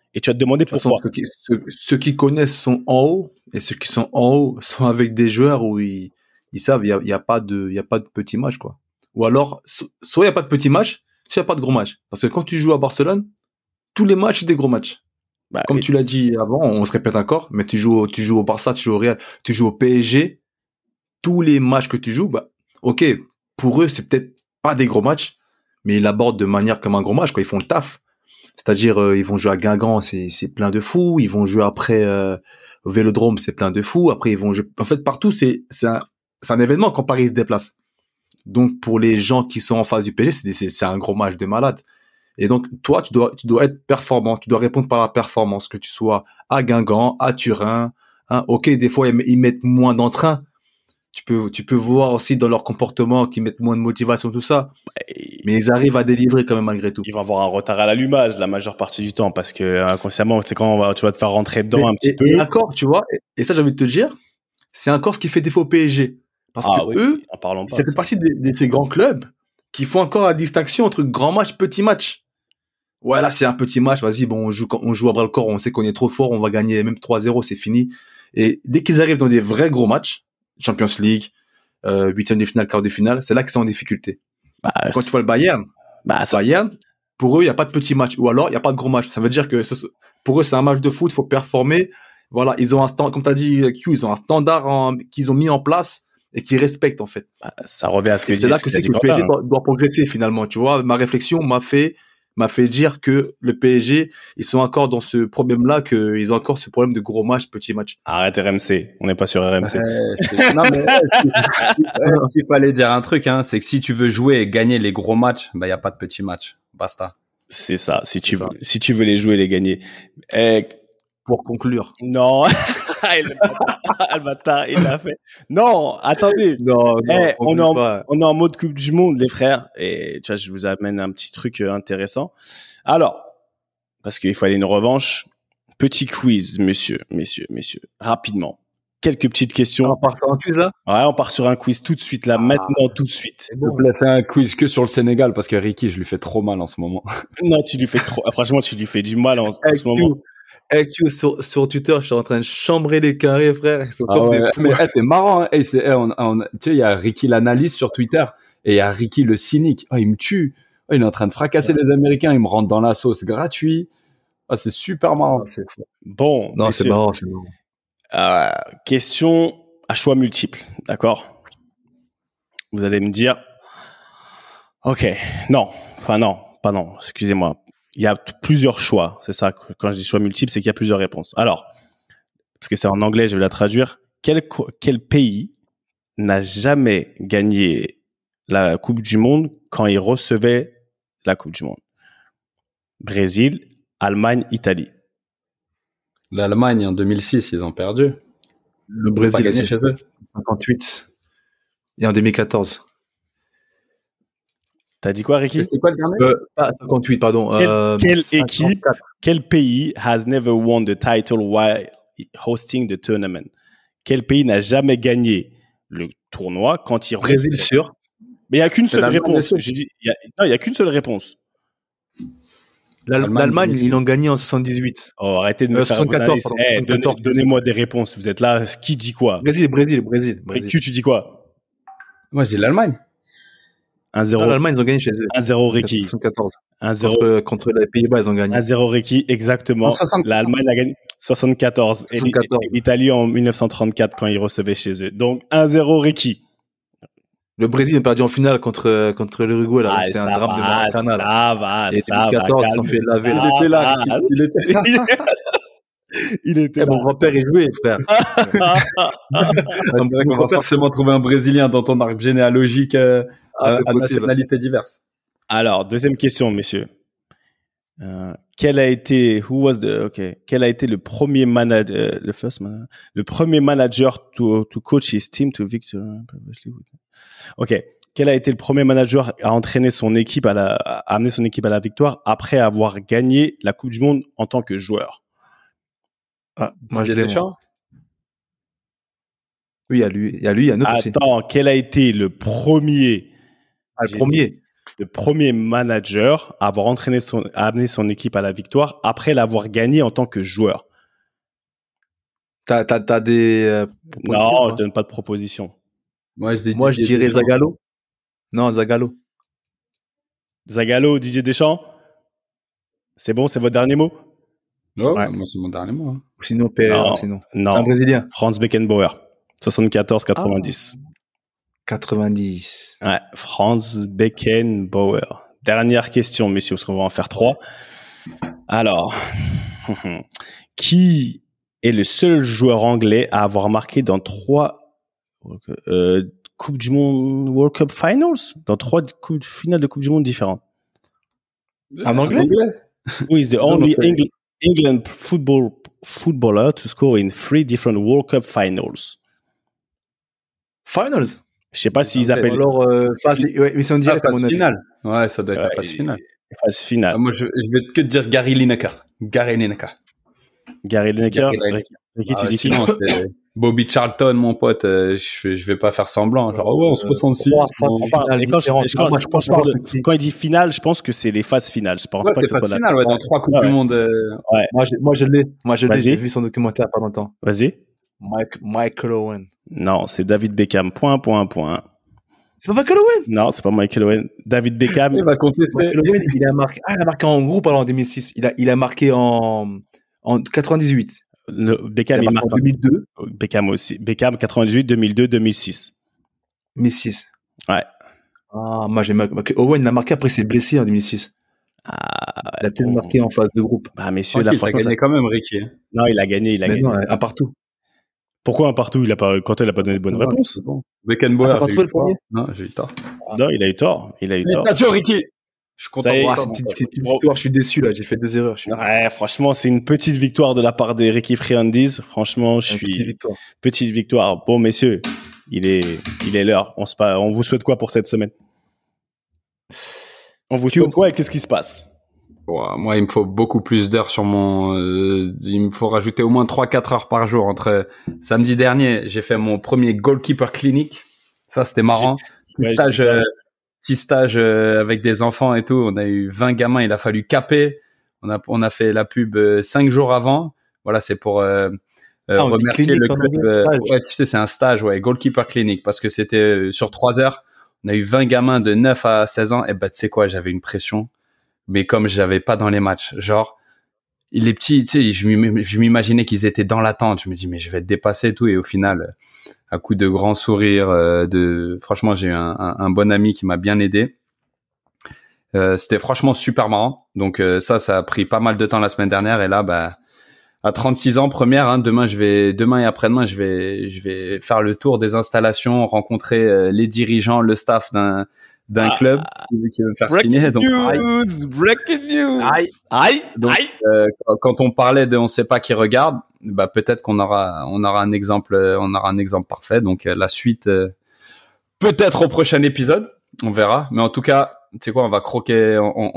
Et tu vas te demander pourquoi.
Ceux qui connaissent sont en haut, et ceux qui sont en haut sont avec des joueurs où ils savent, il y a pas de petit match, quoi. Ou alors, soit il y a pas de petit match, soit il y a pas de gros match. Parce que quand tu joues à Barcelone, tous les matchs, c'est des gros matchs.
Bah,
Comme tu l'as dit avant, on se répète encore, mais tu joues au Barça, tu joues au Real, tu joues au PSG, tous les matchs que tu joues, bah, ok, pour eux, c'est peut-être pas des gros matchs, mais ils l'abordent de manière comme un gros match, quoi. Ils font le taf. C'est-à-dire, ils vont jouer à Guingamp, c'est plein de fous. Ils vont jouer après au Vélodrome, c'est plein de fous. Après, ils vont jouer. En fait, partout, c'est un événement quand Paris se déplace. Donc, pour les gens qui sont en face du PSG, c'est un gros match de malade. Et donc, toi, tu dois être performant. Tu dois répondre par la performance, que tu sois à Guingamp, à Turin. Hein. Ok, des fois, ils mettent moins d'entrain. Tu peux voir aussi dans leur comportement qu'ils mettent moins de motivation, tout ça. Mais ils arrivent à délivrer quand même malgré tout.
Ils vont avoir un retard à l'allumage la majeure partie du temps parce que inconsciemment, c'est quand tu vas te faire rentrer dedans un petit peu.
Et encore, tu vois, et ça, j'ai envie de te dire, c'est encore ce qui fait défaut au PSG. Parce que eux, ça fait partie de ces grands clubs qui font encore la distinction entre grand match, petit match. Ouais, là, c'est un petit match. Vas-y, bon, on joue à bras le corps. On sait qu'on est trop fort. On va gagner même 3-0. C'est fini. Et dès qu'ils arrivent dans des vrais gros matchs, Champions League, huitième de finale, quart de finale, c'est là qu'ils sont en difficulté. Quand tu vois le Bayern, pour eux, il n'y a pas de petit match. Ou alors, il n'y a pas de gros match. Ça veut dire que pour eux, c'est un match de foot. Il faut performer. Voilà, ils ont un standard, comme tu as dit, Q, ils ont un standard qu'ils ont mis en place et qu'ils respectent, en fait.
Ça revient à ce que
c'est là que c'est que le PSG doit progresser, finalement. Tu vois, ma réflexion m'a fait dire que le PSG, ils sont encore dans ce problème-là, qu'ils ont encore ce problème de gros match, petit match.
Arrête RMC. On n'est pas sur RMC.
Non, mais s'il fallait dire un truc, hein, c'est que si tu veux jouer et gagner les gros matchs, bah, il n'y a pas de petits matchs. Basta.
C'est ça. Si tu veux les jouer, les gagner.
Pour conclure.
Non. Le bâtard, il l'a fait. Non, attendez.
Non,
on est en mode Coupe du Monde, les frères. Et tu vois, je vous amène un petit truc intéressant. Alors, parce qu'il faut aller une revanche. Petit quiz, messieurs. Rapidement. Quelques petites questions.
On part sur un quiz, là?
Ouais, on part sur un quiz tout de suite, là, maintenant, tout de suite.
S'il te plaît, fais un quiz que sur le Sénégal, parce que Ricky, je lui fais trop mal en ce moment.
Non, tu lui fais trop, franchement, tu lui fais du mal en ce moment.
Sur Twitter, je suis en train de chambrer les carrés, frère. Ils sont comme des fous.
Mais c'est marrant. Hein. Tu sais, il y a Ricky l'analyste sur Twitter et il y a Ricky le cynique. Oh, il me tue. Oh, il est en train de fracasser les Américains. Il me rentre dans la sauce gratuit. Oh, c'est super marrant.
C'est fou.
Bon.
Non, c'est marrant.
Question à choix multiples. D'accord? Vous allez me dire, ok, non. Enfin, non, pas non. Excusez-moi. Il y a plusieurs choix. C'est ça, quand je dis choix multiples, c'est qu'il y a plusieurs réponses. Alors, parce que c'est en anglais, je vais la traduire. Quel pays n'a jamais gagné la Coupe du Monde quand il recevait la Coupe du Monde? Brésil, Allemagne, Italie.
L'Allemagne, en 2006, ils ont perdu.
Le Brésil, gagné chez eux. 58. Et en 2014.
T'as dit quoi, Ricky?
C'est quoi le dernier?
58, pardon.
Quel pays has never won the title while hosting the tournament? Quel pays n'a jamais gagné le tournoi quand il
Brésil sûr.
Mais il n'y a qu'une seule réponse. Il y a qu'une seule réponse.
L'Allemagne, ils l'ont gagné en 78.
Oh, arrêtez de me faire
74.
Donnez-moi des réponses. Vous êtes là. Qui dit quoi?
Brésil.
Tu dis quoi?
Moi, j'ai l'Allemagne.
1-0.
Non, l'Allemagne, ils ont gagné chez eux.
1-0 Ricky.
74.
1-0.
Contre les Pays-Bas, ils ont gagné.
1-0 Ricky, exactement. L'Allemagne a gagné 74. Et l'Italie en 1934 quand ils recevaient chez eux. Donc 1-0 Ricky.
Le Brésil a perdu en finale contre l'Uruguay, là. C'était un drame de Maracana, là.
Ça va.
Et 2014, ils sont fait laver.
Il était là.
Mon grand-père, il jouait, frère.
On va forcément trouver un Brésilien dans ton arbre généalogique à nationalités diverses.
Alors, deuxième question, messieurs. Quel a été le premier manager to coach his team to victory? Ok. Quel a été le premier manager à entraîner son équipe à amener son équipe à la victoire après avoir gagné la Coupe du Monde en tant que joueur?
Moi, je l'ai. Oui, il y a lui, il y a un autre aussi.
Attends, quel a été le premier?
Le premier.
le premier manager à avoir à amener son équipe à la victoire après l'avoir gagné en tant que joueur.
T'as des
Non, je donne pas de proposition.
Moi, je
dirais Zagallo. Non, Zagallo.
Zagallo, Didier Deschamps. C'est bon, c'est votre dernier mot?
Ouais. Moi, c'est mon dernier mot. Hein.
Sinon, PR, sinon.
Non.
C'est un Brésilien.
Franz Beckenbauer. 74-90.
90.
Ouais, Franz Beckenbauer. Dernière question, messieurs, parce qu'on va en faire 3. Alors, qui est le seul joueur anglais à avoir marqué dans 3 Coupe du Monde World Cup Finals? Dans 3 finales de Coupe du Monde différentes.
En anglais?
Who is the only England footballer to score in 3 different World Cup Finals?
Finals?
Je sais pas s'ils appellent.
Alors, mais c'est en direct à mon avis.
Finale. Ouais, ça doit être la phase finale.
Phase finale.
Moi, je vais que te dire Gary Lineker.
Gary Lineker. Ricky, tu dis qui?
Bobby Charlton, mon pote. Je vais pas faire semblant. Genre, en 66.
Quand il dit finale, je pense que c'est les phases finales. Je pense pas que
c'est phase finale, dans 3 Coupes du Monde.
Ouais. Moi, je l'ai. J'ai vu son documentaire pas longtemps.
Vas-y.
Michael Owen.
Non, c'est David Beckham. Point.
C'est pas Michael Owen?
Non, c'est pas Michael Owen. David Beckham.
Il va contester.
Michael Owen, il a marqué en groupe en 2006. Il a marqué en 98.
Beckham, il marque
en 2002.
Beckham aussi. Beckham, 98, 2002, 2006.
2006.
Ouais.
Ah, moi, j'ai marqué. Owen, il a marqué après, il s'est blessé en 2006. Il a peut-être marqué en phase de groupe.
Ah, messieurs,
il a gagné quand même, Ricky.
Non, il a gagné.
Non, un partout.
Pourquoi un partout? Quand elle a pas donné de bonne réponse.
Bon. Beckenbauer,
pas trouvé le premier?
Non, j'ai eu tort.
Non, il a eu tort.
Félicitations, Ricky. Je suis content.
C'est une petite victoire, je suis déçu là, j'ai fait 2 erreurs.
Ouais, franchement, c'est une petite victoire de la part de Ricky Friandise. Franchement, petite victoire. Bon, messieurs, il est l'heure. On vous souhaite quoi pour cette semaine? On vous souhaite quoi et qu'est-ce qui se passe?
Moi, il me faut beaucoup plus d'heures sur mon... il me faut rajouter au moins 3-4 heures par jour. Samedi dernier, j'ai fait mon premier goalkeeper clinique. Ça, c'était marrant. Petit stage avec des enfants et tout. On a eu 20 gamins. Il a fallu caper. On a fait la pub 5 jours avant. Voilà, c'est pour remercier le club. Ouais, tu sais, c'est un stage, goalkeeper clinique, parce que c'était sur 3 heures. On a eu 20 gamins de 9 à 16 ans. Et tu sais quoi, j'avais une pression. Mais comme j'avais pas dans les matchs, genre, les petits, tu sais, je m'imaginais qu'ils étaient dans l'attente. Je me dis, mais je vais être dépassé et tout. Et au final, à coup de grands sourires, franchement, j'ai eu un bon ami qui m'a bien aidé. C'était franchement super marrant. Donc ça a pris pas mal de temps la semaine dernière. Et là, à 36 ans, première, demain et après-demain, je vais faire le tour des installations, rencontrer les dirigeants, le staff d'un club qui veut me faire signer. Donc,
Breaking news.
Donc, quand on parlait de on sait pas qui regarde, peut-être qu'on aura un exemple parfait. Donc la suite peut-être au prochain épisode, on verra. Mais en tout cas, tu sais quoi, on va croquer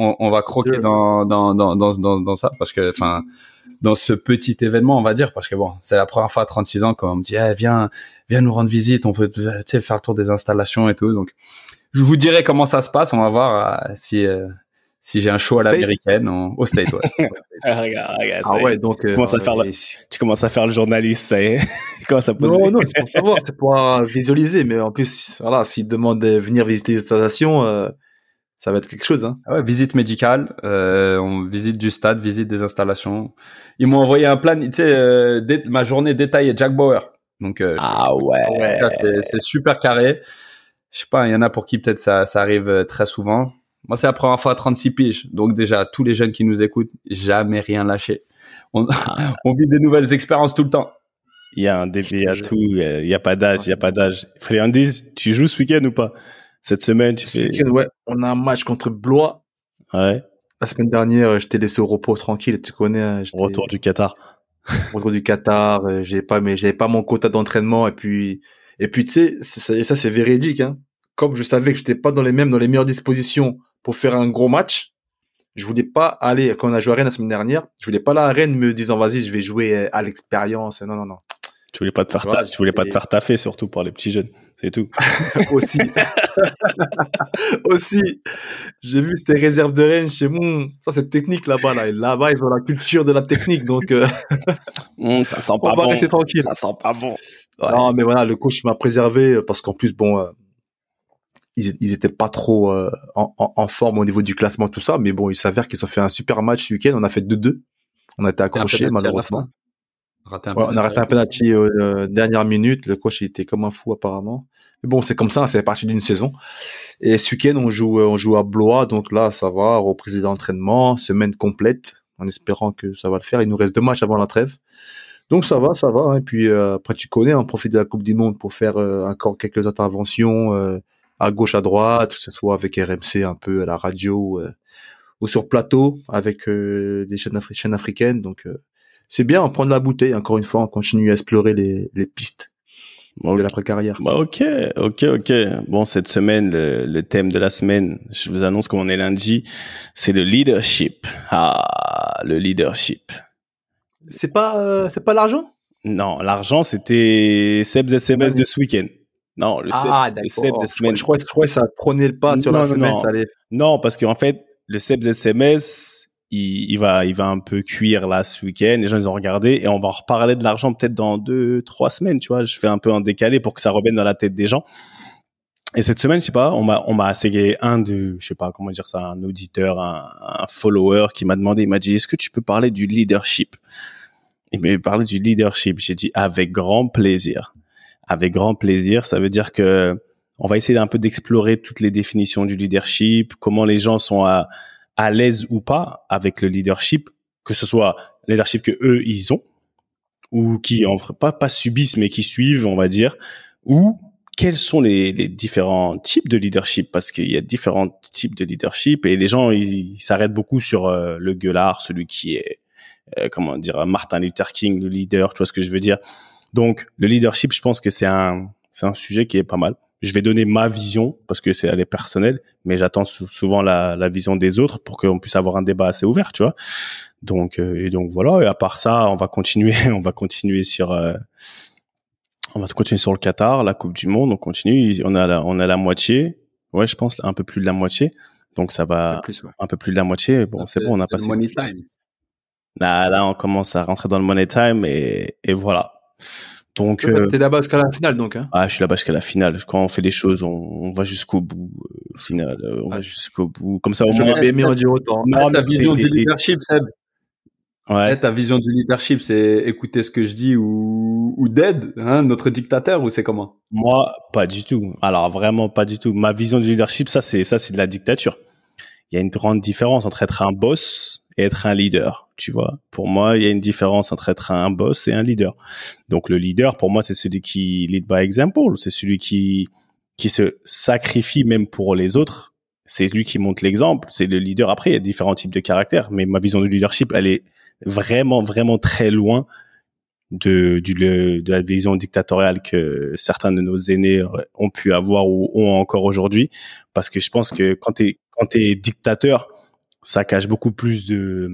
dans ça, parce que dans ce petit événement, on va dire, parce que bon, c'est la première fois à 36 ans qu'on me dit viens nous rendre visite, on veut faire le tour des installations et tout. Donc je vous dirai comment ça se passe. On va voir si j'ai un show à l'américaine au State. Ouais.
Regarde. Donc tu commences à faire le journaliste, ça y est.
Non, c'est pour savoir, c'est pour visualiser. Mais en plus, voilà, s'ils demandent de venir visiter les installations, ça va être quelque chose.
Ouais, visite médicale, on visite du stade, visite des installations. Ils m'ont envoyé un plan, tu sais, ma journée détaillée Jack Bauer. Donc c'est super carré. Je sais pas, il y en a pour qui peut-être ça arrive très souvent. Moi, c'est la première fois à 36 piges. Donc déjà, tous les jeunes qui nous écoutent, jamais rien lâcher. On vit des nouvelles expériences tout le temps.
Il y a un début, il y a tout, il y a pas d'âge, Friandise, tu joues ce week-end ou pas? Cette semaine,
ouais, on a un match contre Blois.
Ouais.
La semaine dernière, je t'ai laissé au repos tranquille, tu connais.
Retour du Qatar.
J'avais pas mon quota d'entraînement et puis tu sais, ça c'est véridique, Comme je savais que j'étais pas dans les meilleures dispositions pour faire un gros match, je voulais pas aller, quand on a joué à Rennes la semaine dernière, je voulais pas aller à Rennes me disant vas-y, je vais jouer à l'expérience. Non.
Tu voulais pas te faire tu voulais pas te faire taffer, surtout par les petits jeunes. C'est tout.
Aussi. Aussi. J'ai vu, c'était réserve de Rennes chez moi. Ça, c'est technique là-bas, là. Et là-bas, ils ont la culture de la technique. Donc,
ça sent pas
on va
bon.
rester tranquille.
Ça sent pas bon.
Ouais. Non, mais voilà, le coach m'a préservé parce qu'en plus, bon, ils étaient pas trop en forme au niveau du classement, tout ça. Mais bon, il s'avère qu'ils ont fait un super match ce week-end. On a fait 2-2. On a été accrochés, malheureusement. On a raté un penalty dernière minute. Le coach, il était comme un fou, apparemment. Mais bon, c'est comme ça, c'est parti d'une saison. Et ce week-end, on joue à Blois. Donc là, ça va, reprise d'entraînement, semaine complète, en espérant que ça va le faire. Il nous reste 2 matchs avant la trêve. Donc ça va. Hein. Et puis, après, tu connais, on profite de la Coupe du Monde pour faire encore quelques interventions à gauche, à droite, que ce soit avec RMC un peu à la radio ou sur plateau avec des chaînes africaines. Donc, c'est bien, on prend de la bouteille. Encore une fois, on continue à explorer les pistes de l'après-carrière.
Bah, ok. Bon, cette semaine, le thème de la semaine, je vous annonce qu'on est lundi, c'est le leadership. Ah, le leadership.
C'est pas l'argent?
Non, l'argent, c'était Seb's SMS de ce week-end. Non, le Seb's SMS.
Je crois que ça prenait le pas sur la semaine. Ça allait...
Non, parce qu'en fait, le Seb's SMS, il va un peu cuire là ce week-end. Les gens, ils ont regardé et on va en reparler de l'argent peut-être dans 2-3 semaines, tu vois. Je fais un peu en décalé pour que ça revienne dans la tête des gens. Et cette semaine, je sais pas, on m'a essayé je sais pas comment dire ça, un auditeur, un follower qui m'a demandé, il m'a dit, est-ce que tu peux parler du leadership? Il m'a parlé du leadership. J'ai dit, avec grand plaisir. Avec grand plaisir. Ça veut dire que on va essayer un peu d'explorer toutes les définitions du leadership, comment les gens sont à l'aise ou pas avec le leadership, que ce soit le leadership que eux ils ont ou qui pas subissent mais qui suivent, on va dire, ou quels sont les différents types de leadership, parce qu'il y a différents types de leadership et les gens ils s'arrêtent beaucoup sur le gueulard, celui qui est comment dire, Martin Luther King, le leader, tu vois ce que je veux dire. Donc le leadership, je pense que c'est un sujet qui est pas mal. Je vais donner ma vision parce que elle est personnelle, mais j'attends souvent la vision des autres pour qu'on puisse avoir un débat assez ouvert, tu vois. Donc voilà. Et à part ça, on va continuer sur le Qatar, la Coupe du Monde. On continue. On a la moitié. Ouais, je pense un peu plus de la moitié. Donc ça va un peu plus de la moitié. Bon, c'est bon, on a passé.
Money time.
Là, on commence à rentrer dans le money time et voilà. Donc,
t'es là-bas jusqu'à la finale, donc, hein?
Ah, je suis là-bas jusqu'à la finale. Quand on fait des choses, on va jusqu'au bout, au final. On va jusqu'au bout. Comme ça, au moins.
J'aurais aimé en dire autant.
Ta vision du leadership, Seb.
Ouais.
Ta vision du leadership, c'est écouter ce que je dis ou d'aide, hein, notre dictateur, ou c'est comment?
Moi, pas du tout. Alors, vraiment pas du tout. Ma vision du leadership, ça, c'est de la dictature. Il y a une grande différence entre être un boss et être un leader, tu vois. Pour moi, il y a une différence entre être un boss et un leader. Donc, le leader, pour moi, c'est celui qui lead by example. C'est celui qui se sacrifie même pour les autres. C'est lui qui montre l'exemple. C'est le leader. Après, il y a différents types de caractères. Mais ma vision du leadership, elle est vraiment, vraiment très loin de la vision dictatoriale que certains de nos aînés ont pu avoir ou ont encore aujourd'hui. Parce que je pense que quand t'es dictateur, ça cache beaucoup plus de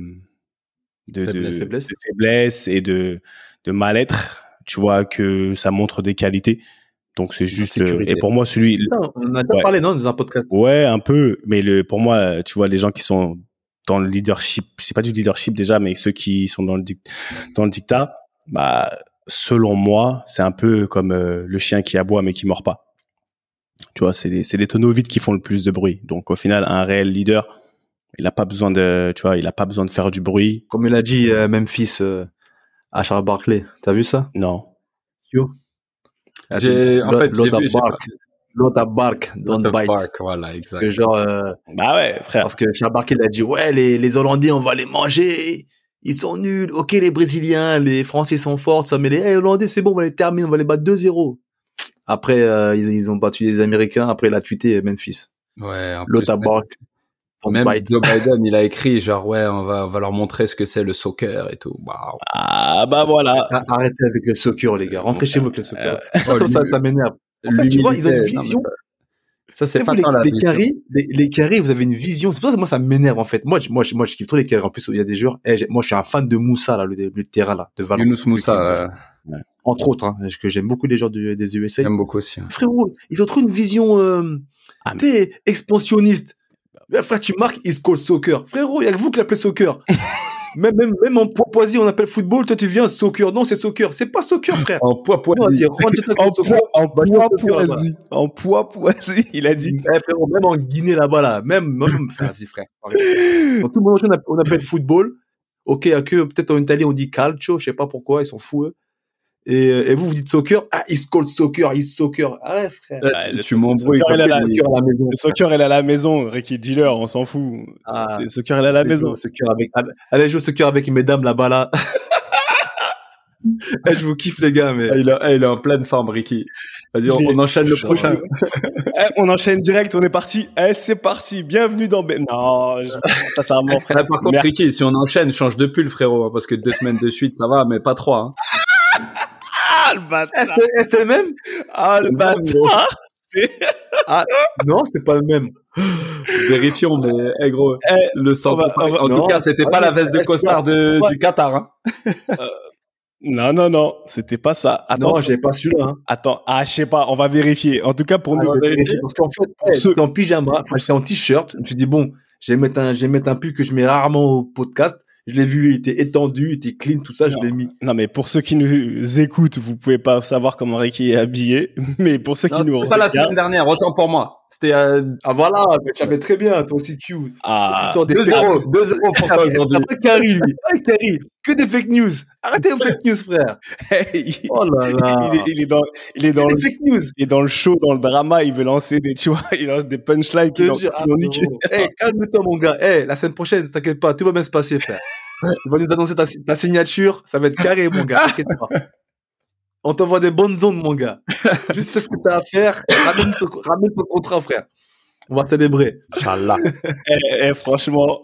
faiblesse et de mal-être, tu vois, que ça montre des qualités. Donc c'est juste et pour moi
ça, on a déjà parlé dans un podcast.
Ouais, un peu, mais pour moi, tu vois, les gens qui sont dans le leadership, c'est pas du leadership déjà, mais ceux qui sont dans le dictat, bah selon moi, c'est un peu comme le chien qui aboie mais qui mord pas. Tu vois, c'est les tonneaux vides qui font le plus de bruit. Donc au final, un réel leader, il a pas besoin de faire du bruit.
Comme il a dit Memphis à Charles Barkley. T'as vu ça?
Non.
Yo. L'autre bark, don't bite.
Bark, voilà, exact.
Que genre,
bah ouais, frère.
Parce que Charles Barkley il a dit, ouais, les Hollandais, on va les manger. Ils sont nuls. Ok, les Brésiliens, les Français sont forts, ça, mais les Hollandais, c'est bon, on va les terminer, on va les battre 2-0. Après, ils ont battu les Américains. Après, il a tweeté Memphis.
Ouais.
L'autre bark.
Même Joe Biden, il a écrit genre ouais, on va leur montrer ce que c'est le soccer et tout. Wow.
Ah bah voilà.
Arrêtez avec le soccer, les gars. Rentrez chez vous avec le soccer. Ça m'énerve. En fait, tu vois, ils ont une vision.
Ça c'est pas
les carrés, vous avez une vision. C'est pour ça que moi ça m'énerve en fait. Moi je kiffe trop les carrés. En plus, il y a des joueurs. Moi, je suis un fan de Moussa là, le terrain là, de Valence.
Younous Moussa.
Ouais.
Entre autres, hein, que j'aime beaucoup les joueurs des USA.
J'aime beaucoup aussi.
Frérot, ils ont trop une vision expansionniste. Frère, tu marques, ils score soccer. Frérot, il y a que vous qui l'appelez soccer. même en Papouasie, on appelle football. Toi, tu viens soccer. Non, c'est soccer. C'est pas soccer, frère.
En Papouasie.
En Papouasie, il a dit.
Frérot, même en Guinée, là-bas, là. Même, vas-y, frère. Dans tout le monde, on appelle football. Ok, que peut-être en Italie, on dit calcio. Je sais pas pourquoi. Ils sont fous, eux. Et vous dites soccer. Ah, ils score soccer. Ah ouais, frère.
Tu m'embrouilles.
Le soccer, elle est à la maison. Ricky Dealer, on s'en fout. Le soccer, elle est à la maison.
Allez, jouer au soccer avec mesdames là-bas, là. Je vous kiffe, les gars, mais.
Il est en pleine forme, Ricky. Vas-y, on enchaîne le prochain.
On enchaîne direct, on est parti. C'est parti. Bienvenue dans Non, ça sert à mort.
Par contre, Ricky, si on enchaîne, change de pull, frérot, parce que 2 semaines de suite, ça va, mais pas 3, hein.
Le bâtard.
C'est le même?
Le bâtard.
Non, c'était pas le même.
Vérifions, mais, gros, le sang. En tout cas, c'était pas la veste de costard du Qatar, hein.
Non, c'était pas ça. Attends,
non, j'avais pas celui-là. Hein.
Attends, je sais pas, on va vérifier. En tout cas, pour nous.
Parce qu'en fait, j'étais en pyjama, j'étais en t-shirt. Je me suis dit, bon, je vais mettre un pull que je mets rarement au podcast. Je l'ai vu, il était étendu, il était clean, tout ça, je l'ai mis.
Non, mais pour ceux qui nous écoutent, vous pouvez pas savoir comment Ricky est habillé. Mais pour ceux qui nous regardent.
C'était pas la semaine dernière, autant pour moi. C'était,
voilà, tu savais très bien, toi aussi, Q.
2-0 pour toi aujourd'hui.
Après, Carrie, lui. Carrie, que des fake news. Arrêtez vos fake news, frère. Oh là là.
Il est dans le
fake news.
Il est dans le show, dans le drama, il veut lancer tu vois, il lance des punchlines qui l'ont niqué.
Calme-toi, mon gars. La semaine prochaine, t'inquiète pas, tout va bien se passer, frère. Il va nous annoncer ta signature, ça va être carré, mon gars, t'inquiète pas. On t'envoie des bonnes ondes, mon gars. Juste fais ce que t'as à faire. Ramène ton contrat, frère. On va célébrer.
Inch'Allah. Franchement,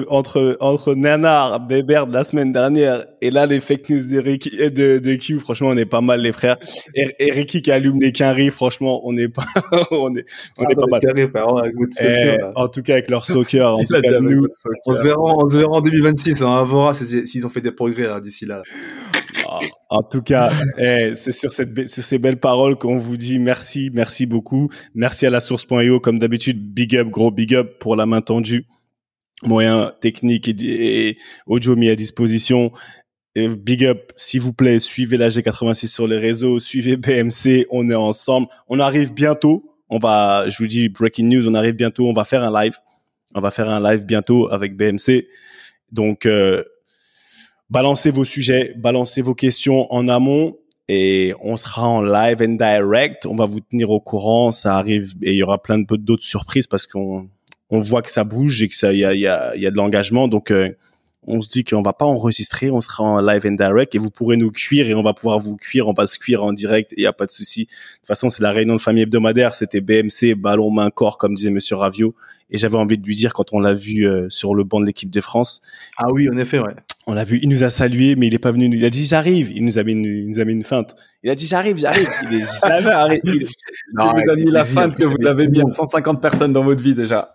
entre Nanar, Bébert de la semaine dernière et là, les fake news de Q, franchement, on est pas mal, les frères. Et Ricky qui allume les quinries, franchement, on est pas, on est pas mal.
Carré, frère,
en tout cas, avec leur soccer, en tout cas, nous,
on se verra en 2026, hein. On verra s'ils ont fait des progrès, là, d'ici là.
En tout cas, c'est sur ces belles paroles qu'on vous dit merci beaucoup. Merci à la source.io, comme d'habitude, gros big up pour la main tendue, moyens techniques et audio mis à disposition. Et big up, s'il vous plaît, suivez la G86 sur les réseaux, suivez BMC, on est ensemble. On arrive bientôt. Je vous dis, breaking news, on arrive bientôt. On va faire un live. Bientôt avec BMC. Donc, balancez vos sujets, balancez vos questions en amont et on sera en live and direct. On va vous tenir au courant. Ça arrive et il y aura plein d'autres surprises parce qu'on voit que ça bouge et que il y a de l'engagement. Donc, on se dit qu'on va pas enregistrer, on sera en live and direct et vous pourrez nous cuire et on va pouvoir vous cuire. On va se cuire en direct et il y a pas de souci. De toute façon, c'est la réunion de famille hebdomadaire. C'était BMC, ballon, main, corps, comme disait Monsieur Ravio. Et j'avais envie de lui dire quand on l'a vu sur le banc de l'équipe de France.
Ah oui, en effet, ouais.
On l'a vu, il nous a salué, mais il est pas venu. Il a dit j'arrive. Il nous a mis une feinte. Il a dit j'arrive. Il est jamais arrivé.
Il vous a mis la feinte que vous avez mis 150 personnes dans votre vie déjà.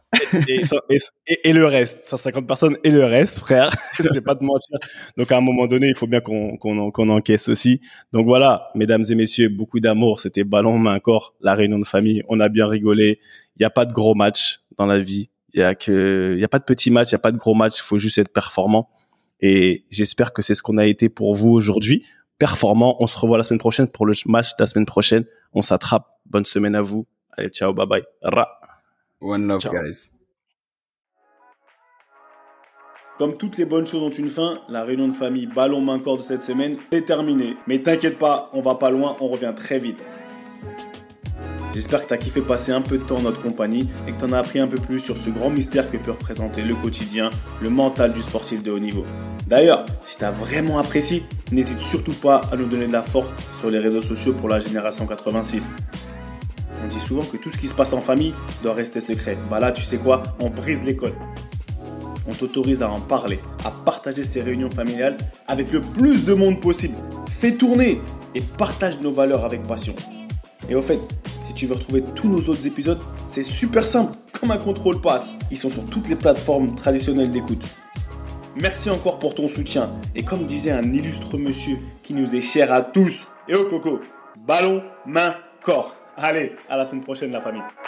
Et le reste, 150 personnes et le reste, frère. Je vais pas te mentir. Donc à un moment donné, il faut bien qu'on encaisse aussi. Donc voilà, mesdames et messieurs, beaucoup d'amour. C'était ballon, main, corps, la réunion de famille. On a bien rigolé. Il y a pas de gros match dans la vie. Il y a pas de petits matchs, il y a pas de gros match. Il faut juste être performant. Et j'espère que c'est ce qu'on a été pour vous aujourd'hui. Performant. On se revoit la semaine prochaine pour le match de la semaine prochaine. On s'attrape. Bonne semaine à vous. Allez, ciao, bye bye.
One love,
ciao.
Guys.
Comme toutes les bonnes choses ont une fin, la réunion de famille ballon main corps de cette semaine est terminée. Mais t'inquiète pas, on va pas loin, on revient très vite. J'espère que t'as kiffé passer un peu de temps en notre compagnie et que t'en as appris un peu plus sur ce grand mystère que peut représenter le quotidien, le mental du sportif de haut niveau. D'ailleurs, si t'as vraiment apprécié, n'hésite surtout pas à nous donner de la force sur les réseaux sociaux pour la génération 86. On dit souvent que tout ce qui se passe en famille doit rester secret. Bah là, tu sais quoi, on brise les codes. On t'autorise à en parler, à partager ces réunions familiales avec le plus de monde possible. Fais tourner et partage nos valeurs avec passion. Et au fait, si tu veux retrouver tous nos autres épisodes, c'est super simple, comme un contrôle passe. Ils sont sur toutes les plateformes traditionnelles d'écoute. merci encore pour ton soutien. Et comme disait un illustre monsieur qui nous est cher à tous, et au coco, ballon, main, corps. Allez, à la semaine prochaine la famille.